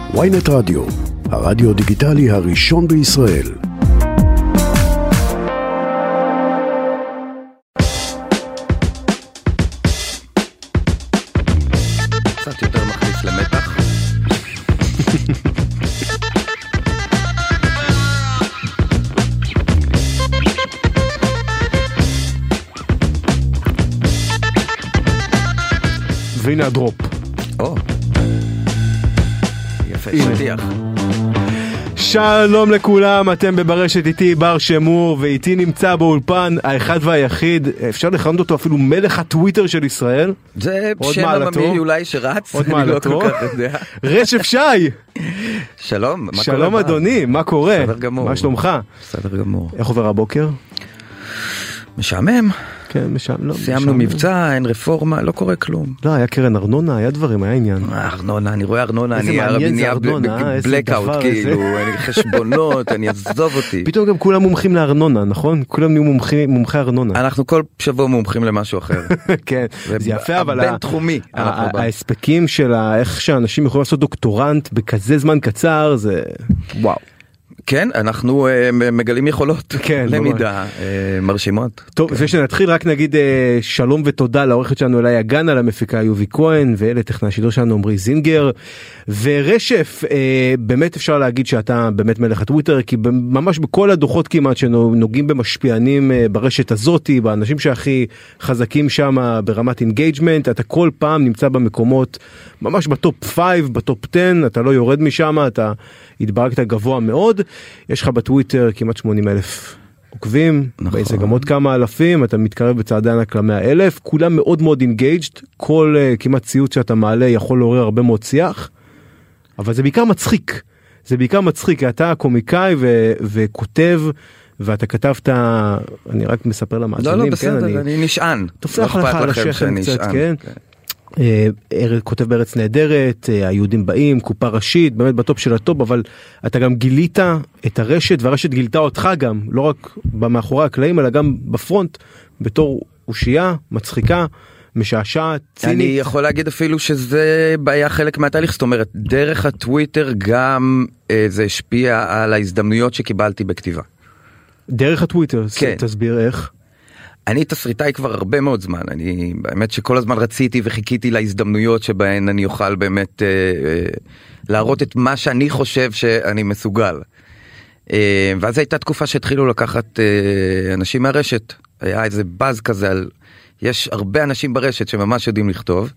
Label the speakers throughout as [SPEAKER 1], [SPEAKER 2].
[SPEAKER 1] ynet רדיו, הרדיו דיגיטלי הראשון בישראל.
[SPEAKER 2] קצת יותר מכניס למתח.
[SPEAKER 3] והנה הדרופ.
[SPEAKER 2] יפה, שטיח.
[SPEAKER 3] שלום לכולם, אתם בברשת, איתי בר שמור, ואיתי נמצא באולפן האחד והיחיד, אפשר לכנות אותו אפילו מלך הטוויטר של ישראל.
[SPEAKER 2] זה שם עממי אולי שרץ.
[SPEAKER 3] עוד מעלתו. רשף שי.
[SPEAKER 2] שלום, מה קורה?
[SPEAKER 3] שלום אדוני, מה קורה?
[SPEAKER 2] בסדר גמור.
[SPEAKER 3] מה שלומך?
[SPEAKER 2] בסדר גמור.
[SPEAKER 3] איך עובר הבוקר?
[SPEAKER 2] משעמם.
[SPEAKER 3] כן, משעמם.
[SPEAKER 2] סיימנו מבצע, אין רפורמה, לא קורה כלום.
[SPEAKER 3] לא, היה קרן ארנונה, היה דברים, היה עניין.
[SPEAKER 2] ארנונה, אני רואה ארנונה,
[SPEAKER 3] איזה
[SPEAKER 2] אני
[SPEAKER 3] מעניין זה ארנונה, איזה
[SPEAKER 2] בלקאוט,
[SPEAKER 3] דבר
[SPEAKER 2] כאילו, אני חשבונות, אני אעזוב אותי.
[SPEAKER 3] פתאום גם כולם מומחים לארנונה, נכון? כולם נהיו מומחי ארנונה.
[SPEAKER 2] אנחנו כל שבוע מומחים למשהו אחר.
[SPEAKER 3] כן, זה יפה, אבל
[SPEAKER 2] הבינתחומי.
[SPEAKER 3] ההספקים של איך שאנשים יכולים לעשות דוקטורנט בכזה זמן קצר, זה וואו.
[SPEAKER 2] כן, אנחנו מגלים יכולות למידה מרשימות.
[SPEAKER 3] טוב, לפני שנתחיל רק נגיד שלום ותודה לעורכת שלנו אליי הגן, על המפיקה יובי כהן, ולטכנאי השידור שלנו עמרי זינגר, ורשף, באמת אפשר להגיד שאתה באמת מלך הטוויטר, כי ממש בכל הדוחות כמעט שנוגעים במשפיענים ברשת הזאת, באנשים שהכי חזקים שם ברמת אינגייג'מנט, אתה כל פעם נמצא במקומות ממש בטופ 5, בטופ 10, אתה לא יורד משם, אתה התברכת גבוה מאוד. יש לך בטוויטר כמעט 80,000 עוקבים, באיזה גם עוד כמה אלפים, אתה מתקרב בצעדי ענק ל100,000, כולם מאוד מאוד אינגייג'ד, כל כמעט ציוץ שאתה מעלה יכול לעורר הרבה מאוד שיח, אבל זה בעיקר מצחיק, כי אתה קומיקאי וכותב, ואתה כתבת, אני רק מספר למאזינים,
[SPEAKER 2] לא, בסדר, אני נשען.
[SPEAKER 3] תופח לך על השכם קצת, כן? כותב בארץ נהדרת, היהודים באים, קופה ראשית, באמת בטופ של הטופ, אבל אתה גם גילית את הרשת, והרשת גילתה אותך גם, לא רק במאחורי הקלעים, אלא גם בפרונט, בתור אושייה, מצחיקה, משעשעת, צינית.
[SPEAKER 2] אני יכול להגיד אפילו שזה היה חלק מהתהליך, זאת אומרת, דרך הטוויטר גם זה השפיע על ההזדמנויות שקיבלתי בכתיבה.
[SPEAKER 3] דרך הטוויטר,
[SPEAKER 2] כן.
[SPEAKER 3] תסביר איך.
[SPEAKER 2] אני תסריטאי כבר הרבה מאוד זמן, אני באמת שכל הזמן רציתי וחיכיתי להזדמנויות שבהן אני אוכל באמת להראות את מה שאני חושב שאני מסוגל. ואז הייתה תקופה שהתחילו לקחת אנשים מהרשת, היה איזה באז כזה, יש הרבה אנשים ברשת שממש יודעים לכתוב,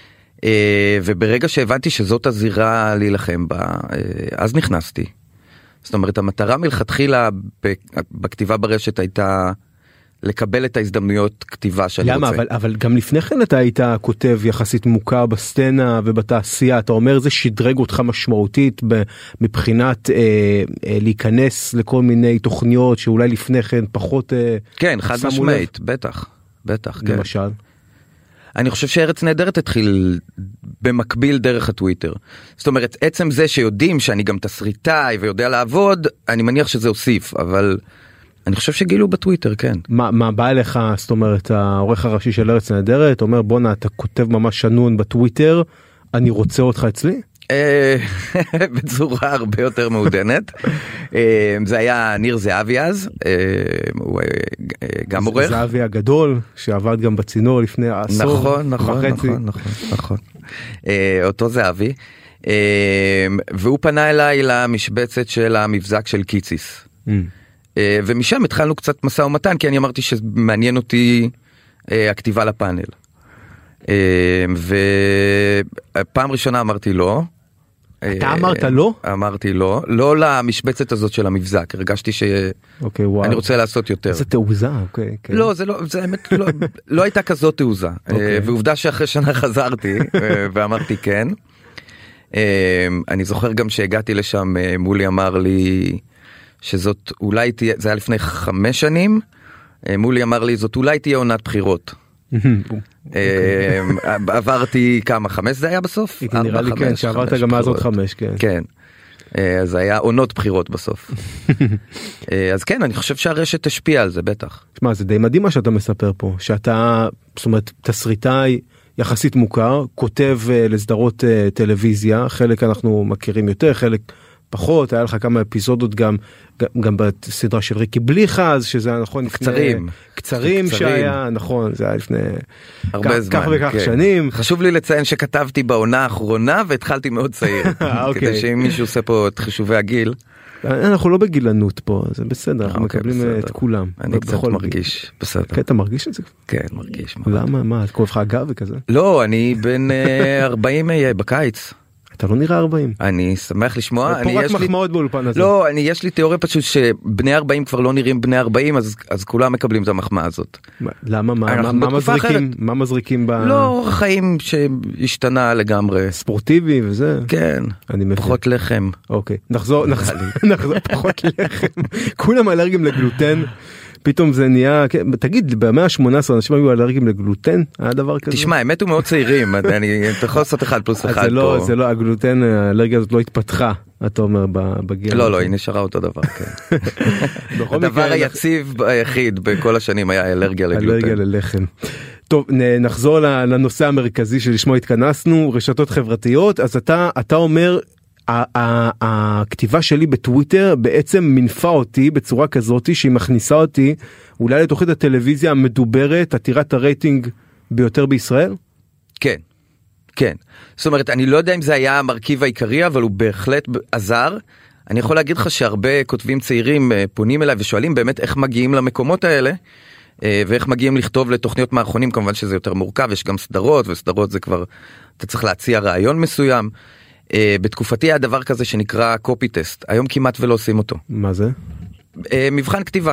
[SPEAKER 2] וברגע שהבנתי שזאת הזירה להילחם בה, אז נכנסתי. זאת אומרת, המטרה מלכתחילה בכתיבה ברשת הייתה לקבל את ההזדמנויות כתיבה שאני רוצה.
[SPEAKER 3] למה? אבל גם לפני כן אתה היית כותב יחסית מוכר בסצנה ובתעשייה, אתה אומר זה שדרג אותך משמעותית מבחינת להיכנס לכל מיני תוכניות שאולי לפני כן פחות
[SPEAKER 2] כן, חד משמעית, בטח, כן.
[SPEAKER 3] למשל?
[SPEAKER 2] אני חושב שארץ נהדרת התחיל במקביל דרך הטוויטר. זאת אומרת, עצם זה שיודעים שאני גם תסריטאי ויודע לעבוד, אני מניח שזה הוסיף, אבל אני חושב שגילו בטוויטר, כן.
[SPEAKER 3] מה בא אליך, זאת אומרת, העורך הראשי של ארץ נהדרת, אומר בונה, אתה כותב ממש שנון בטוויטר, אני רוצה אותך אצלי?
[SPEAKER 2] בצורה הרבה יותר מעודנת. זה היה ניר זהבי אז, הוא גם עורך.
[SPEAKER 3] זהבי הגדול, שעבד גם בצינור לפני עשור וחצי.
[SPEAKER 2] נכון. אותו זהבי. והוא פנה אליי למשבצת של המבזק של קיציס. ומשם התחלנו קצת מסע ומתן, כי אני אמרתי שמעניין אותי הכתיבה לפאנל. ופעם ראשונה אמרתי לא.
[SPEAKER 3] אתה אמרת לא?
[SPEAKER 2] אמרתי לא. לא למשבצת הזאת של המבזק. הרגשתי שאני רוצה לעשות יותר.
[SPEAKER 3] זה תעוזה, אוקיי.
[SPEAKER 2] לא, זה האמת, לא הייתה כזאת תעוזה. ועובדה שאחרי שנה חזרתי, ואמרתי כן. אני זוכר גם שהגעתי לשם, מולי אמר לי, שזאת אולי תהיה, זה היה לפני 5 שנים, מולי אמר לי, זאת אולי תהיה עונת בחירות. עברתי כמה, 5 זה היה בסוף?
[SPEAKER 3] נראה לי כן, שעברת גם אז עוד 5, כן.
[SPEAKER 2] כן, אז היה עונות בחירות בסוף. אז כן, אני חושב שהרשת תשפיע על זה, בטח.
[SPEAKER 3] תשמע, זה די מדהים מה שאתה מספר פה, שאתה, זאת אומרת, תסריטאי, יחסית מוכר, כותב לסדרות טלוויזיה, חלק אנחנו מכירים יותר, חלק פחות, היה לך כמה אפיזודות גם בסדרה של ריקי בליכה, אז שזה היה נכון קצרים שהיה, נכון, זה היה לפני
[SPEAKER 2] הרבה זמן,
[SPEAKER 3] כך וכך שנים.
[SPEAKER 2] חשוב לי לציין שכתבתי בעונה האחרונה והתחלתי מאוד צעיר, כדי שאם מישהו עושה פה את חישובי הגיל.
[SPEAKER 3] אנחנו לא בגילנות פה, זה בסדר, אנחנו מקבלים את כולם.
[SPEAKER 2] אני קצת מרגיש, בסדר.
[SPEAKER 3] כן, אתה מרגיש את זה?
[SPEAKER 2] כן, מרגיש.
[SPEAKER 3] למה? מה? את כואב לך הגב וכזה?
[SPEAKER 2] לא, אני בן 40 בקיץ.
[SPEAKER 3] אתה לא נראה 40.
[SPEAKER 2] אני שמח לשמוע.
[SPEAKER 3] פה רק מחמאות באולפן הזה.
[SPEAKER 2] לא, יש לי תיאוריה פשוט שבני 40 כבר לא נראים בני 40, אז כולם מקבלים את המחמאה הזאת.
[SPEAKER 3] למה? מה מזריקים?
[SPEAKER 2] לא, אורח חיים שהשתנה לגמרי.
[SPEAKER 3] ספורטיבי וזה?
[SPEAKER 2] כן, פחות לחם.
[SPEAKER 3] אוקיי, נחזור, פחות לחם. כולם אלרגיים לגלוטן. פתאום זה נהיה, תגיד, במאה ה-18 אנשים היו אלרגיים לגלוטן? היה דבר כזה?
[SPEAKER 2] תשמע, האמת הוא מאוד צעירים, אתה יכול לעשות 1+1 פה.
[SPEAKER 3] זה לא, הגלוטן, האלרגיה הזאת לא התפתחה, אתה אומר, בגיל.
[SPEAKER 2] לא, היא נשארה אותו דבר, כן. הדבר היציב היחיד בכל השנים היה אלרגיה לגלוטן. אלרגיה
[SPEAKER 3] ללחם. טוב, נחזור לנושא המרכזי שלשמו התכנסנו, רשתות חברתיות, אז אתה אומר, הכתיבה שלי בטוויטר בעצם מנפה אותי בצורה כזאת שהיא מכניסה אותי אולי לתוכנית הטלוויזיה המדוברת, עתירת הרייטינג ביותר בישראל?
[SPEAKER 2] כן, כן. זאת אומרת, אני לא יודע אם זה היה המרכיב העיקרי, אבל הוא בהחלט עזר. אני יכול להגיד לך שהרבה כותבים צעירים פונים אליי ושואלים באמת איך מגיעים למקומות האלה, ואיך מגיעים לכתוב לתוכניות מערכונים, כמובן שזה יותר מורכב, יש גם סדרות, וסדרות זה כבר, אתה צריך להציע רעיון מסוים. בתקופתי היה דבר כזה שנקרא קופי טסט, היום כמעט ולא עושים אותו.
[SPEAKER 3] מה זה?
[SPEAKER 2] מבחן כתיבה.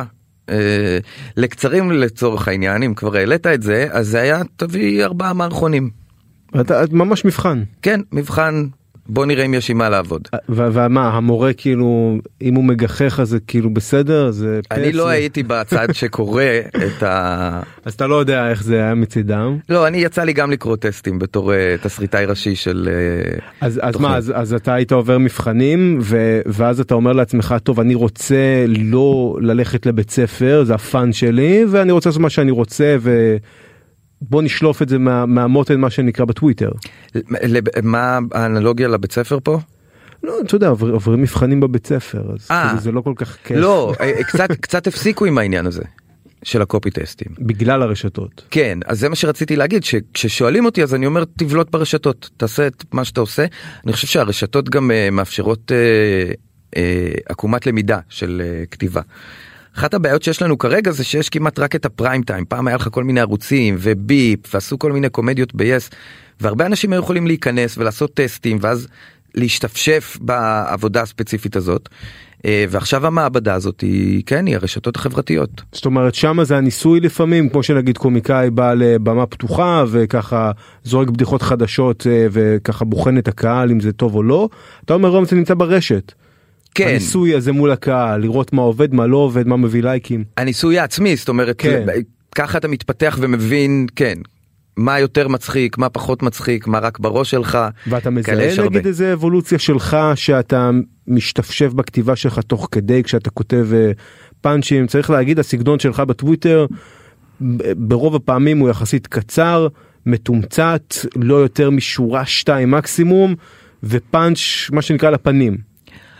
[SPEAKER 2] לקצרים לצורך העניין, אם כבר העלית את זה, אז זה היה תביא 4 מערכונים.
[SPEAKER 3] אתה ממש מבחן.
[SPEAKER 2] כן, מבחן, בוא נראה אם יש עם מה לעבוד.
[SPEAKER 3] ומה, המורה כאילו, אם הוא מגחך אז זה כאילו בסדר? זה
[SPEAKER 2] אני לא הייתי בצד שקורא את ה...
[SPEAKER 3] אז אתה לא יודע איך זה היה מצידם?
[SPEAKER 2] לא, אני יצא לי גם לקרוא טסטים בתור תסריטאי ראשי של...
[SPEAKER 3] אז מה, אז אתה היית עובר מבחנים, ואז אתה אומר לעצמך, טוב, אני רוצה לא ללכת לבית ספר, זה הפאן שלי, ואני רוצה לעשות מה שאני רוצה, בוא נשלוף את זה מהמותן, מה שנקרא בטוויטר.
[SPEAKER 2] מה האנלוגיה לבית ספר פה?
[SPEAKER 3] לא, אתה יודע, עוברים מבחנים בבית ספר, אז זה לא כל כך כיף.
[SPEAKER 2] לא, קצת הפסיקו עם העניין הזה, של הקופי טסטים.
[SPEAKER 3] בגלל הרשתות.
[SPEAKER 2] כן, אז זה מה שרציתי להגיד, שכששואלים אותי, אז אני אומר, תבלוט ברשתות, תעשה את מה שאתה עושה. אני חושב שהרשתות גם מאפשרות עקומת למידה של כתיבה. אחת הבעיות שיש לנו כרגע זה שיש כמעט רק את הפריים טיים, פעם היה לך כל מיני ערוצים וביפ ועשו כל מיני קומדיות ב-yes, והרבה אנשים היו יכולים להיכנס ולעשות טסטים ואז להשתפשף בעבודה הספציפית הזאת, ועכשיו המעבדה הזאת היא, כן, היא הרשתות החברתיות.
[SPEAKER 3] זאת אומרת, שמה זה הניסוי לפעמים, כמו שנגיד קומיקאי בא לבמה פתוחה וככה זורק בדיחות חדשות וככה בוחן את הקהל אם זה טוב או לא, אתה אומר רום זה נמצא ברשת. כן. הניסוי הזה מול הקהל, לראות מה עובד, מה לא עובד, מה מביא לייקים.
[SPEAKER 2] הניסוי העצמי, זאת אומרת, כן. ככה אתה מתפתח ומבין, כן, מה יותר מצחיק, מה פחות מצחיק, מה רק בראש שלך.
[SPEAKER 3] ואתה מזהה נגיד איזה אבולוציה שלך, שאתה משתפשף בכתיבה שלך תוך כדי, כשאתה כותב פאנצ'ים, צריך להגיד, הסגנון שלך בטוויטר, ברוב הפעמים הוא יחסית קצר, מתומצת, לא יותר משורה 2 מקסימום, ופאנץ' מה שנקרא לפנים.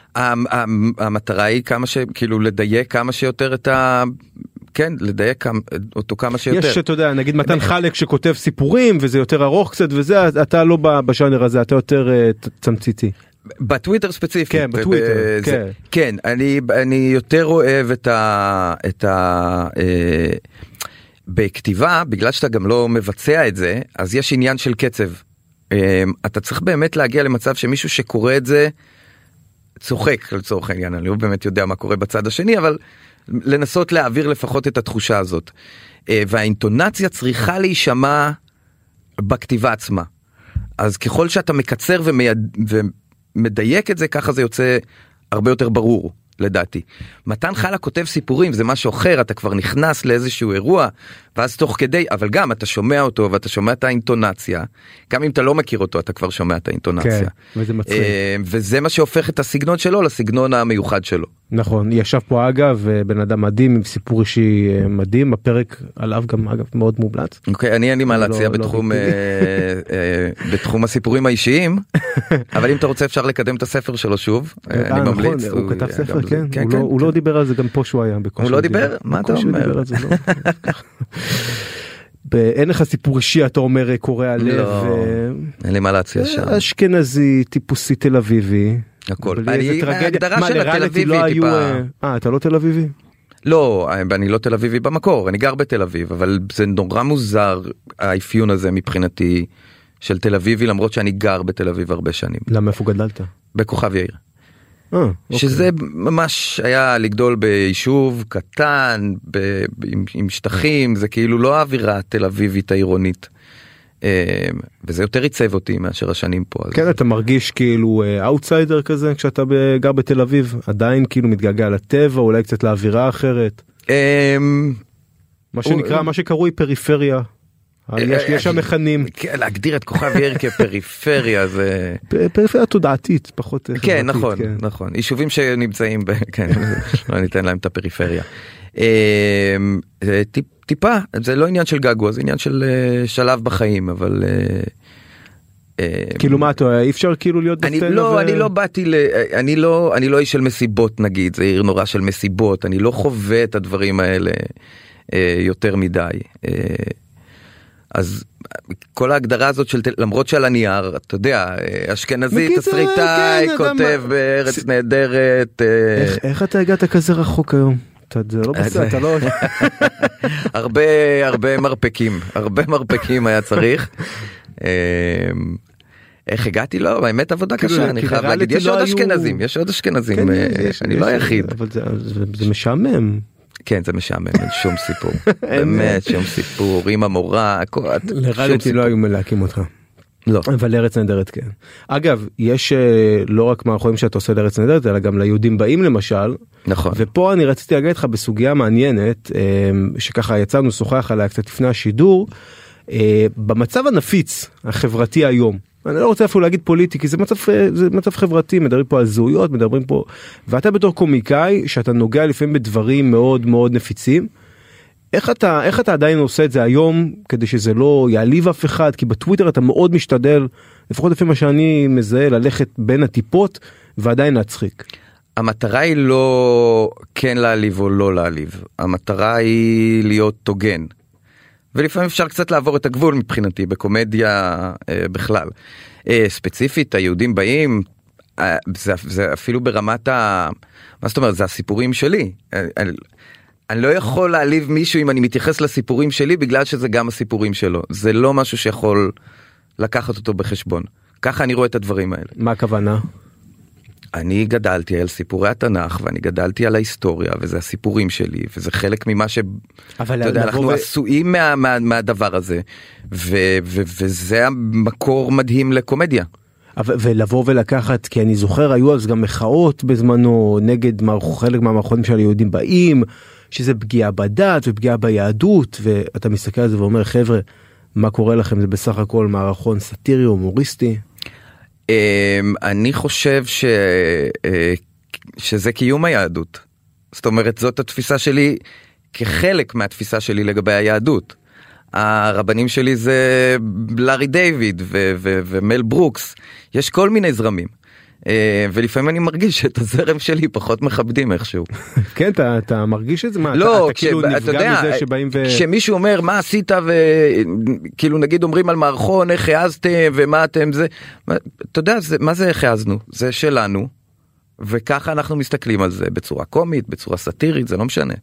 [SPEAKER 2] המטרה היא כאילו לדייק כמה שיותר את כן, לדייק אותו כמה שיותר.
[SPEAKER 3] יש, אתה יודע, נגיד מתן חלק שכותב סיפורים, וזה יותר ארוך קצת וזה, אתה לא בז'אנר הזה, אתה יותר צמציתי.
[SPEAKER 2] בטוויטר ספציפית.
[SPEAKER 3] כן, בטוויטר, כן.
[SPEAKER 2] כן, אני יותר אוהב בכתיבה, בגלל שאתה גם לא מבצע את זה, אז יש עניין של קצב. אתה צריך באמת להגיע למצב שמישהו שקורא את זה, צוחק לצורך העניין, אני לא באמת יודע מה קורה בצד השני, אבל לנסות להעביר לפחות את התחושה הזאת. והאינטונציה צריכה להישמע בכתיבה עצמה. אז ככל שאתה מקצר ומדייק את זה, ככה זה יוצא הרבה יותר ברור, לדעתי. מתן חלק כותב סיפורים, זה משהו אחר, אתה כבר נכנס לאיזשהו אירוע, ואז תוך כדי, אבל גם אתה שומע אותו, ואתה שומע את האינטונציה, גם אם אתה לא מכיר אותו, אתה כבר שומע את האינטונציה.
[SPEAKER 3] כן, וזה מצחיק.
[SPEAKER 2] וזה מה שהופך את הסגנון שלו לסגנון המיוחד שלו.
[SPEAKER 3] נכון, ישב פה אגב בן אדם מדהים עם סיפור אישי מדהים, הפרק עליו גם אגב מאוד מומלץ.
[SPEAKER 2] אוקיי, אין לי מה להציע בתחום הסיפורים האישיים, אבל אם אתה רוצה אפשר לקדם את הספר שלו שוב, אני ממליץ.
[SPEAKER 3] הוא כתב ספר, כן, הוא לא דיבר על זה גם פה שהוא היה.
[SPEAKER 2] הוא לא דיבר? מה אתה אומר?
[SPEAKER 3] אין לך סיפור אישי, אתה אומר, קורע הלב.
[SPEAKER 2] לא, אין לי מה להציע שם.
[SPEAKER 3] אשכנזי, טיפוסי תל אביבי.
[SPEAKER 2] הכל. ההגדרה של התל אביבי טיפה.
[SPEAKER 3] אתה לא תל אביבי?
[SPEAKER 2] לא, אני לא תל אביבי במקור, אני גר בתל אביב, אבל זה נורא מוזר האפיון הזה מבחינתי של תל אביבי, למרות שאני גר בתל אביב הרבה שנים.
[SPEAKER 3] למה, איפה גדלת?
[SPEAKER 2] בכוכב יאיר. שזה ממש היה לגדול ביישוב קטן, עם שטחים, זה כאילו לא האווירה התל אביבית העירונית. וזה יותר ייצב אותי מאשר השנים פה.
[SPEAKER 3] כן, אתה מרגיש כאילו אאוטסיידר כזה כשאתה גר בתל אביב, עדיין כאילו מתגעגע לטבע, אולי קצת לאווירה אחרת. מה שנקרא, מה שקרוי פריפריה. יש שם מכנים.
[SPEAKER 2] להגדיר את כוכב יאיר כפריפריה זה...
[SPEAKER 3] פריפריה תודעתית, פחות חברתית.
[SPEAKER 2] כן, נכון, נכון. יישובים שנמצאים, כן, לא ניתן להם את הפריפריה. טיפה, זה לא עניין של געגוע, זה עניין של שלב בחיים, אבל...
[SPEAKER 3] כאילו מה, אי אפשר כאילו להיות בסצנה?
[SPEAKER 2] לא, אני לא באתי אני לא איש של מסיבות נגיד, זה עיר נורא של מסיבות, אני לא חווה את הדברים האלה יותר מדי. אז כל ההגדרה הזאת של, למרות שעל הנייר, אתה יודע, אשכנזי, תסריטאי, כותב בארץ נהדרת.
[SPEAKER 3] איך אתה הגעת כזה רחוק היום? זה לא בסדר, אתה לא...
[SPEAKER 2] הרבה מרפקים היה צריך. איך הגעתי? לא, האמת עבודה קשה, אני חייב להגיד, יש עוד אשכנזים, אני לא היחיד.
[SPEAKER 3] אבל זה משעמם.
[SPEAKER 2] כן, זה משעמם, אין שום סיפור. באמת, שום סיפור, עם המורה,
[SPEAKER 3] לרדתי לא היו מלהקים אותך.
[SPEAKER 2] לא.
[SPEAKER 3] אבל ארץ נהדרת כן. אגב, יש לא רק מערכונים שאתה עושה לארץ נהדרת, אלא גם ליהודים באים למשל.
[SPEAKER 2] נכון.
[SPEAKER 3] ופה אני רציתי להגיד לך בסוגיה מעניינת, שככה יצאנו שוחח עליה קצת לפני השידור, במצב הנפיץ החברתי היום, אני לא רוצה אפילו להגיד פוליטי, כי זה מצב חברתי, מדברים פה על זהויות, מדברים פה, ואתה בתור קומיקאי, שאתה נוגע לפעמים בדברים מאוד מאוד נפיצים, איך אתה עדיין עושה את זה היום, כדי שזה לא יעליב אף אחד, כי בטוויטר אתה מאוד משתדל, לפחות לפי מה שאני מזהה, ללכת בין הטיפות, ועדיין להצחיק.
[SPEAKER 2] המטרה היא לא כן להעליב או לא להעליב, המטרה היא להיות תוגן. ולפעמים אפשר קצת לעבור את הגבול מבחינתי, בקומדיה בכלל. ספציפית, היהודים באים, זה אפילו ברמת מה זאת אומרת, זה הסיפורים שלי. אני לא יכול להעליב מישהו אם אני מתייחס לסיפורים שלי, בגלל שזה גם הסיפורים שלו. זה לא משהו שיכול לקחת אותו בחשבון. ככה אני רואה את הדברים האלה.
[SPEAKER 3] מה הכוונה?
[SPEAKER 2] אני גדלתי על סיפורי התנ"ך, ואני גדלתי על ההיסטוריה, וזה הסיפורים שלי, וזה חלק ממה ש... אתה יודע, אנחנו עשויים מהדבר הזה, וזה המקור מדהים לקומדיה.
[SPEAKER 3] ולבוא ולקחת, כי אני זוכר, היו אז גם מחאות בזמנו, נגד חלק מהמערכונים של היהודים באים, שזה פגיעה בדת ופגיעה ביהדות, ואתה מסתכל על זה ואומר, חבר'ה, מה קורה לכם? זה בסך הכל מערכון סאטירי, הומוריסטי.
[SPEAKER 2] אני חושב שזה קיום היהדות. זאת אומרת, זאת התפיסה שלי כחלק מהתפיסה שלי לגבי היהדות. הרבנים שלי זה לארי דיוויד ומל ברוקס. יש כל מיני זרמים. ולפעמים אני מרגיש שאת הזרם שלי פחות מכבדים איכשהו.
[SPEAKER 3] כן, אתה מרגיש את זה?
[SPEAKER 2] לא, אתה יודע, כשמישהו אומר מה עשית, וכאילו נגיד אומרים על מערכון איך העזתם ומה אתם זה, אתה יודע, מה זה איך העזנו? זה שלנו, וככה אנחנו מסתכלים על זה בצורה קומית, בצורה סאטירית, זה לא משנה.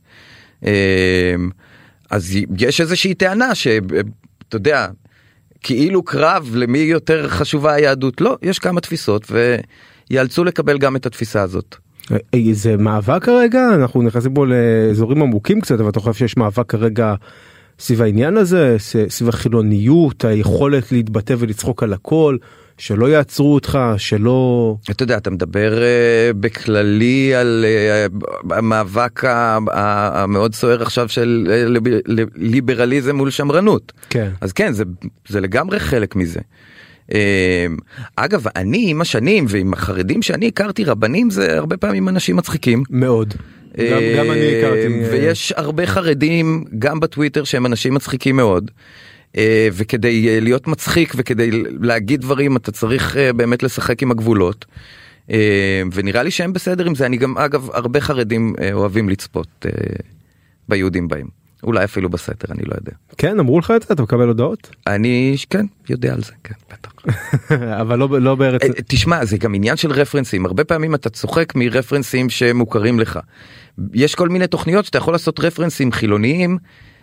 [SPEAKER 2] אז יש איזושהי טענה שאתה יודע, כאילו קרב למי יותר חשובה היהדות, לא, יש כמה תפיסות ויאלצו לקבל גם את התפיסה הזאת.
[SPEAKER 3] זה מאבק כרגע? אנחנו נכנסים פה לאזורים עמוקים קצת, אבל אתה חושב שיש מאבק כרגע סביב העניין הזה, סביב החילוניות, היכולת להתבטא ולצחוק על הכל, שלא יעצרו אותך, שלא...
[SPEAKER 2] אתה יודע, אתה מדבר בכללי על המאבק המאוד סוער עכשיו של ליברליזם מול שמרנות.
[SPEAKER 3] כן.
[SPEAKER 2] אז כן, זה לגמרי חלק מזה. אגב, אני עם השנים ועם החרדים שאני הכרתי, רבנים זה הרבה פעמים אנשים מצחיקים.
[SPEAKER 3] מאוד. גם אני הכרתי.
[SPEAKER 2] ויש הרבה חרדים גם בטוויטר שהם אנשים מצחיקים מאוד. וכדי להיות מצחיק וכדי להגיד דברים אתה צריך באמת לשחק עם הגבולות. ונראה לי שהם בסדר עם זה. אני גם, אגב, הרבה חרדים אוהבים לצפות ביהודים בהם. אולי אפילו בסתר, אני לא יודע.
[SPEAKER 3] כן, אמרו לך את זה? אתה מקבל הודעות?
[SPEAKER 2] אני, כן, יודע על זה, כן, בטח.
[SPEAKER 3] אבל לא בארץ...
[SPEAKER 2] תשמע, זה גם עניין של רפרנסים. הרבה פעמים אתה צוחק מרפרנסים שמוכרים לך. יש כל מיני תוכניות שאתה יכול לעשות רפרנסים חילוניים,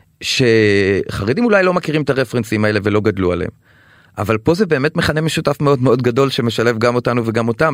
[SPEAKER 2] שחרדים אולי לא מכירים את הרפרנסים האלה ולא גדלו עליהם. אבל פה זה באמת מכנה משותף מאוד מאוד גדול שמשלב גם אותנו וגם אותם.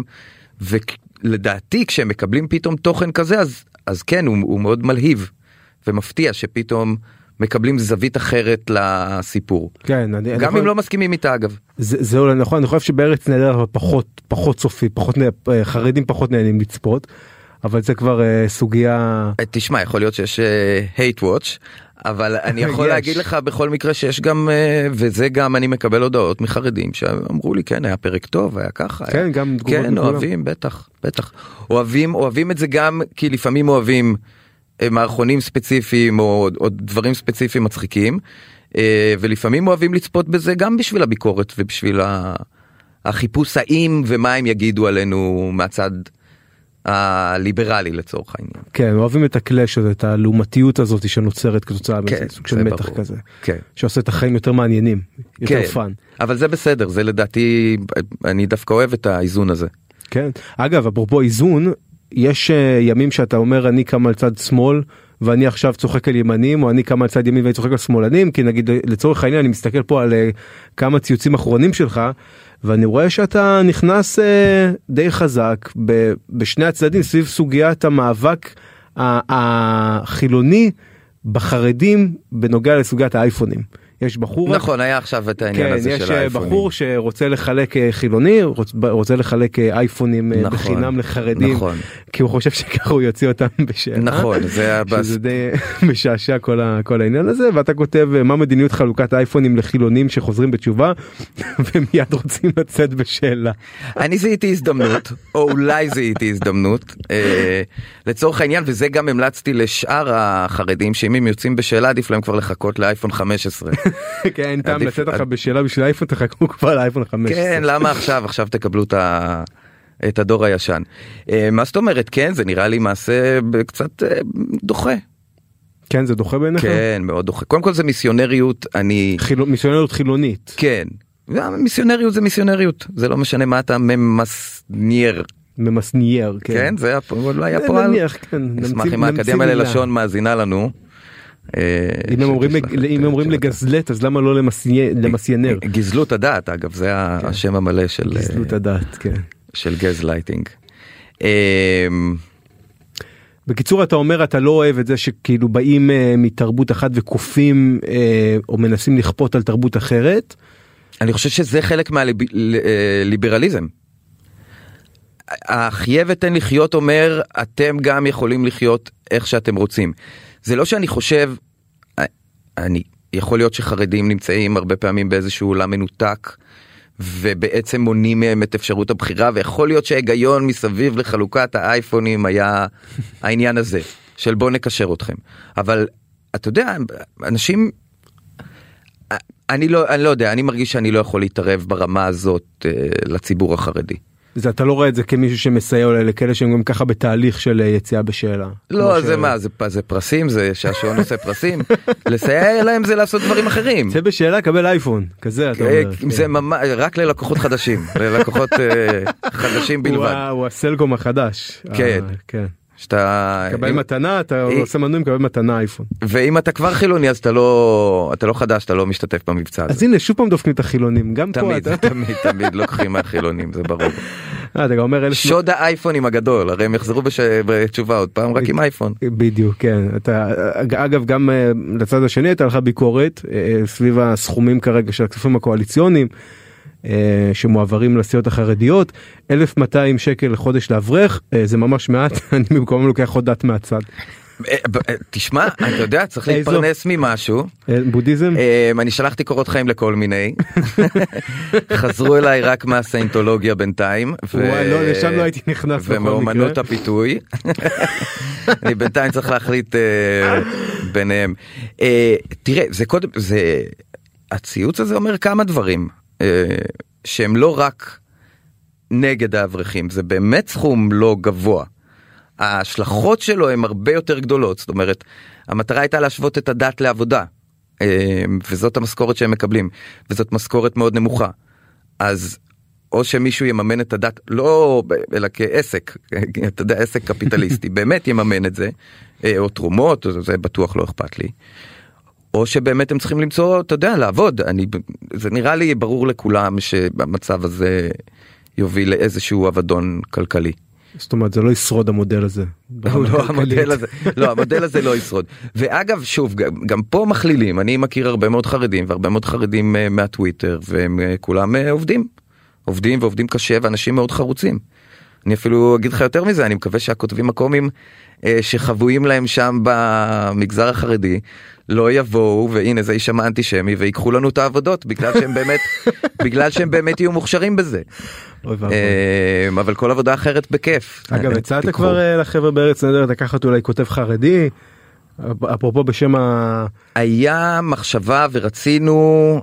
[SPEAKER 2] ולדעתי כשהם מקבלים פתאום תוכן כזה, אז כן, הוא מאוד מלהיב. ומפתיע שפתאום מקבלים זווית אחרת לסיפור. כן, גם אם לא מסכימים איתה אגב.
[SPEAKER 3] זה אולי נכון, אני חושב שבארץ נהדר פחות צופי, חרדים פחות נהנים לצפות, אבל זה כבר סוגיה...
[SPEAKER 2] תשמע, יכול להיות שיש hate watch, אבל אני יכול להגיד לך בכל מקרה שיש גם, וזה גם אני מקבל הודעות מחרדים שאמרו לי, כן, היה פרק טוב, היה ככה.
[SPEAKER 3] כן, גם תגובות מכולם.
[SPEAKER 2] כן, אוהבים, בטח. אוהבים את זה גם, כי לפעמים אוהבים מערכונים ספציפיים או דברים ספציפיים מצחיקים, ולפעמים אוהבים לצפות בזה גם בשביל הביקורת ובשביל החיפוש האם ומה הם יגידו עלינו מהצד הליברלי לצורך העניין.
[SPEAKER 3] כן, אוהבים את הקלאש הזה, את הלעומתיות הזאת שנוצרת כתוצאה מסוג של מתח כזה, שעושה את החיים יותר מעניינים, יותר פאן.
[SPEAKER 2] אבל זה בסדר, זה לדעתי, אני דווקא אוהב את האיזון הזה.
[SPEAKER 3] כן, אגב, אפרופו איזון, יש ימים שאתה אומר אני קם על צד שמאל ואני עכשיו צוחק על ימנים, או אני קם על צד ימין ואני צוחק על שמאלנים, כי נגיד לצורך העניין אני מסתכל פה על כמה ציוצים אחרונים שלך, ואני רואה שאתה נכנס די חזק בשני הצדדים סביב סוגיית המאבק החילוני בחרדים בנוגע לסוגיית האייפונים. יש בחור...
[SPEAKER 2] נכון, היה עכשיו את העניין הזה של האייפונים.
[SPEAKER 3] יש בחור שרוצה לחלק חילוני, רוצה לחלק אייפונים בחינם לחרדים, כי הוא חושב שככה הוא יוציא אותם בשאלה.
[SPEAKER 2] נכון, זה הבאס.
[SPEAKER 3] שזה די משעשע כל העניין הזה, ואתה כותב מה מדיניות חלוקת האייפונים לחילונים שחוזרים בתשובה, ומיד רוצים לצאת בשאלה.
[SPEAKER 2] אני זיהיתי הזדמנות, או אולי זיהיתי הזדמנות, לצורך העניין, וזה גם המלצתי לשאר החרדים, שאם הם יוצאים בשאלה, עדיף להם כבר לחכות לאייפון 15.
[SPEAKER 3] כן, אין טעם לצאת לך בשאלה בשביל האייפון, תחכו כבר לאייפון 15.
[SPEAKER 2] כן, למה עכשיו תקבלו את הדור הישן. מה זאת אומרת? כן, זה נראה לי מעשה קצת דוחה.
[SPEAKER 3] כן, זה דוחה בעיניך?
[SPEAKER 2] כן, מאוד דוחה. קודם כל זה מיסיונריות,
[SPEAKER 3] מיסיונריות חילונית.
[SPEAKER 2] כן, מיסיונריות זה מיסיונריות, זה לא משנה מה אתה ממסנייר.
[SPEAKER 3] ממסנייר, כן.
[SPEAKER 2] כן, זה לא היה פועל. נשמח אם האקדמיה ללשון מאזינה לנו.
[SPEAKER 3] אם אומרים לגזלת, אז למה לא למסיינר?
[SPEAKER 2] גזלות הדעת, אגב, זה השם המלא של
[SPEAKER 3] גזלות הדעת, כן.
[SPEAKER 2] של גזלייטינג.
[SPEAKER 3] בקיצור, אתה אומר, אתה לא אוהב את זה שכאילו באים מתרבות אחת וקופים או מנסים לכפות על תרבות אחרת?
[SPEAKER 2] אני חושב שזה חלק מהליברליזם. החיה ותן לחיות אומר, אתם גם יכולים לחיות איך שאתם רוצים. זה לא שאני חושב, יכול להיות שחרדים נמצאים הרבה פעמים באיזשהו עולם מנותק, ובעצם מונים מהם את אפשרות הבחירה, ויכול להיות שההיגיון מסביב לחלוקת האייפונים היה העניין הזה, של בוא נקשר אתכם. אבל אתה יודע, אנשים, אני לא יודע, אני מרגיש שאני לא יכול להתערב ברמה הזאת לציבור החרדי.
[SPEAKER 3] זה אתה לא רואה את זה כמישהו שמסייע אולי לכאלה שהם גם ככה בתהליך של יציאה בשאלה.
[SPEAKER 2] לא, זה מה, זה פרסים, זה שהשעון עושה פרסים. לסייע להם זה לעשות דברים אחרים.
[SPEAKER 3] זה בשאלה, קבל אייפון, כזה אתה אומר.
[SPEAKER 2] זה רק ללקוחות חדשים, ללקוחות חדשים בלבד.
[SPEAKER 3] הוא הסלקום החדש.
[SPEAKER 2] כן.
[SPEAKER 3] קבל מתנה, אתה עושה מנוי, מקבל מתנה אייפון.
[SPEAKER 2] ואם אתה כבר חילוני, אז אתה לא חדש, אתה לא משתתף במבצע הזה.
[SPEAKER 3] אז הנה, שוב פעם דופקים את החילונים.
[SPEAKER 2] תמיד לוקחים מהחילונים, זה ברור.
[SPEAKER 3] אתה גם אומר...
[SPEAKER 2] שוד האייפונים הגדול, הרי הם יחזרו בתשובה עוד פעם, רק עם אייפון.
[SPEAKER 3] בדיוק, כן. אגב, גם לצד השני הייתה לך ביקורת, סביב הסכומים כרגע של הכספים הקואליציוניים, שמועברים לסיעות החרדיות, 1,200 שקל לחודש לאברך, זה ממש מעט, אני במקום לוקח עוד דת מהצד.
[SPEAKER 2] תשמע, אתה יודע, צריך להתפרנס ממשהו.
[SPEAKER 3] בודהיזם?
[SPEAKER 2] אני שלחתי קורות חיים לכל מיני. חזרו אליי רק מהסיינטולוגיה בינתיים.
[SPEAKER 3] לא, לשם לא הייתי נכנס.
[SPEAKER 2] ומאומנות הפיתוי. אני בינתיים צריך להחליט ביניהם. תראה, הציוץ הזה אומר כמה דברים, שהם לא רק נגד האברכים, זה באמת סכום לא גבוה. ההשלכות שלו הן הרבה יותר גדולות, זאת אומרת, המטרה הייתה להשוות את הדת לעבודה, וזאת המשכורת שהם מקבלים, וזאת משכורת מאוד נמוכה. אז או שמישהו יממן את הדת, לא אלא כעסק, אתה יודע, עסק קפיטליסטי, באמת יממן את זה, או תרומות, זה בטוח לא אכפת לי. או שבאמת הם צריכים למצוא, אתה יודע, לעבוד. זה נראה לי ברור לכולם שהמצב הזה יוביל לאיזשהו עבדון כלכלי.
[SPEAKER 3] זאת אומרת, זה לא ישרוד המודל הזה.
[SPEAKER 2] לא, המודל הזה לא ישרוד. ואגב, שוב, גם פה מכלילים, אני מכיר הרבה מאוד חרדים, והרבה מאוד חרדים מהטוויטר, והם כולם עובדים ועובדים קשה, ואנשים מאוד חרוצים. אני אפילו אגיד לך יותר מזה, אני מקווה שהכותבים הקומיים שחבויים להם שם במגזר החרדי, לא יבואו, והנה זה יישמע אנטישמי, ויקחו לנו את העבודות, בגלל שהם באמת יהיו מוכשרים בזה. אבל כל עבודה אחרת בכיף.
[SPEAKER 3] אגב, הצעת כבר לחבר'ה בארץ נהדרת לקחת אולי כותב חרדי, אפרופו בשם
[SPEAKER 2] היה מחשבה ורצינו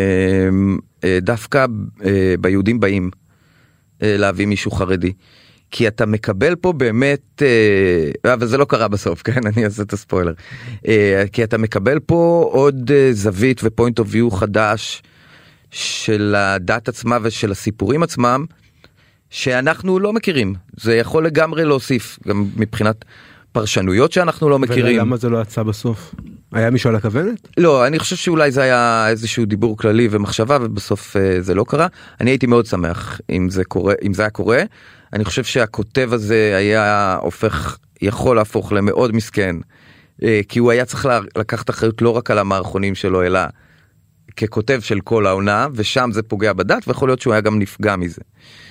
[SPEAKER 2] דווקא ביהודים באים להביא מישהו חרדי. כי אתה מקבל פה באמת, אבל זה לא קרה בסוף, כן? אני אעשה את הספוילר. כי אתה מקבל פה עוד זווית ופוינט אוף ויו חדש של הדת עצמה ושל הסיפורים עצמם, שאנחנו לא מכירים. זה יכול לגמרי להוסיף, גם מבחינת פרשנויות שאנחנו לא מכירים.
[SPEAKER 3] ולמה זה לא יצא בסוף? היה מישהו על הכוונת?
[SPEAKER 2] לא, אני חושב שאולי זה היה איזשהו דיבור כללי ומחשבה, ובסוף זה לא קרה. אני הייתי מאוד שמח אם זה היה קורה. אני חושב שהכותב הזה יכול להפוך למאוד מסכן, כי הוא היה צריך לקחת אחריות לא רק על המערכונים שלו, אלא ככותב של כל העונה, ושם זה פוגע בדת, ויכול להיות שהוא היה גם נפגע מזה.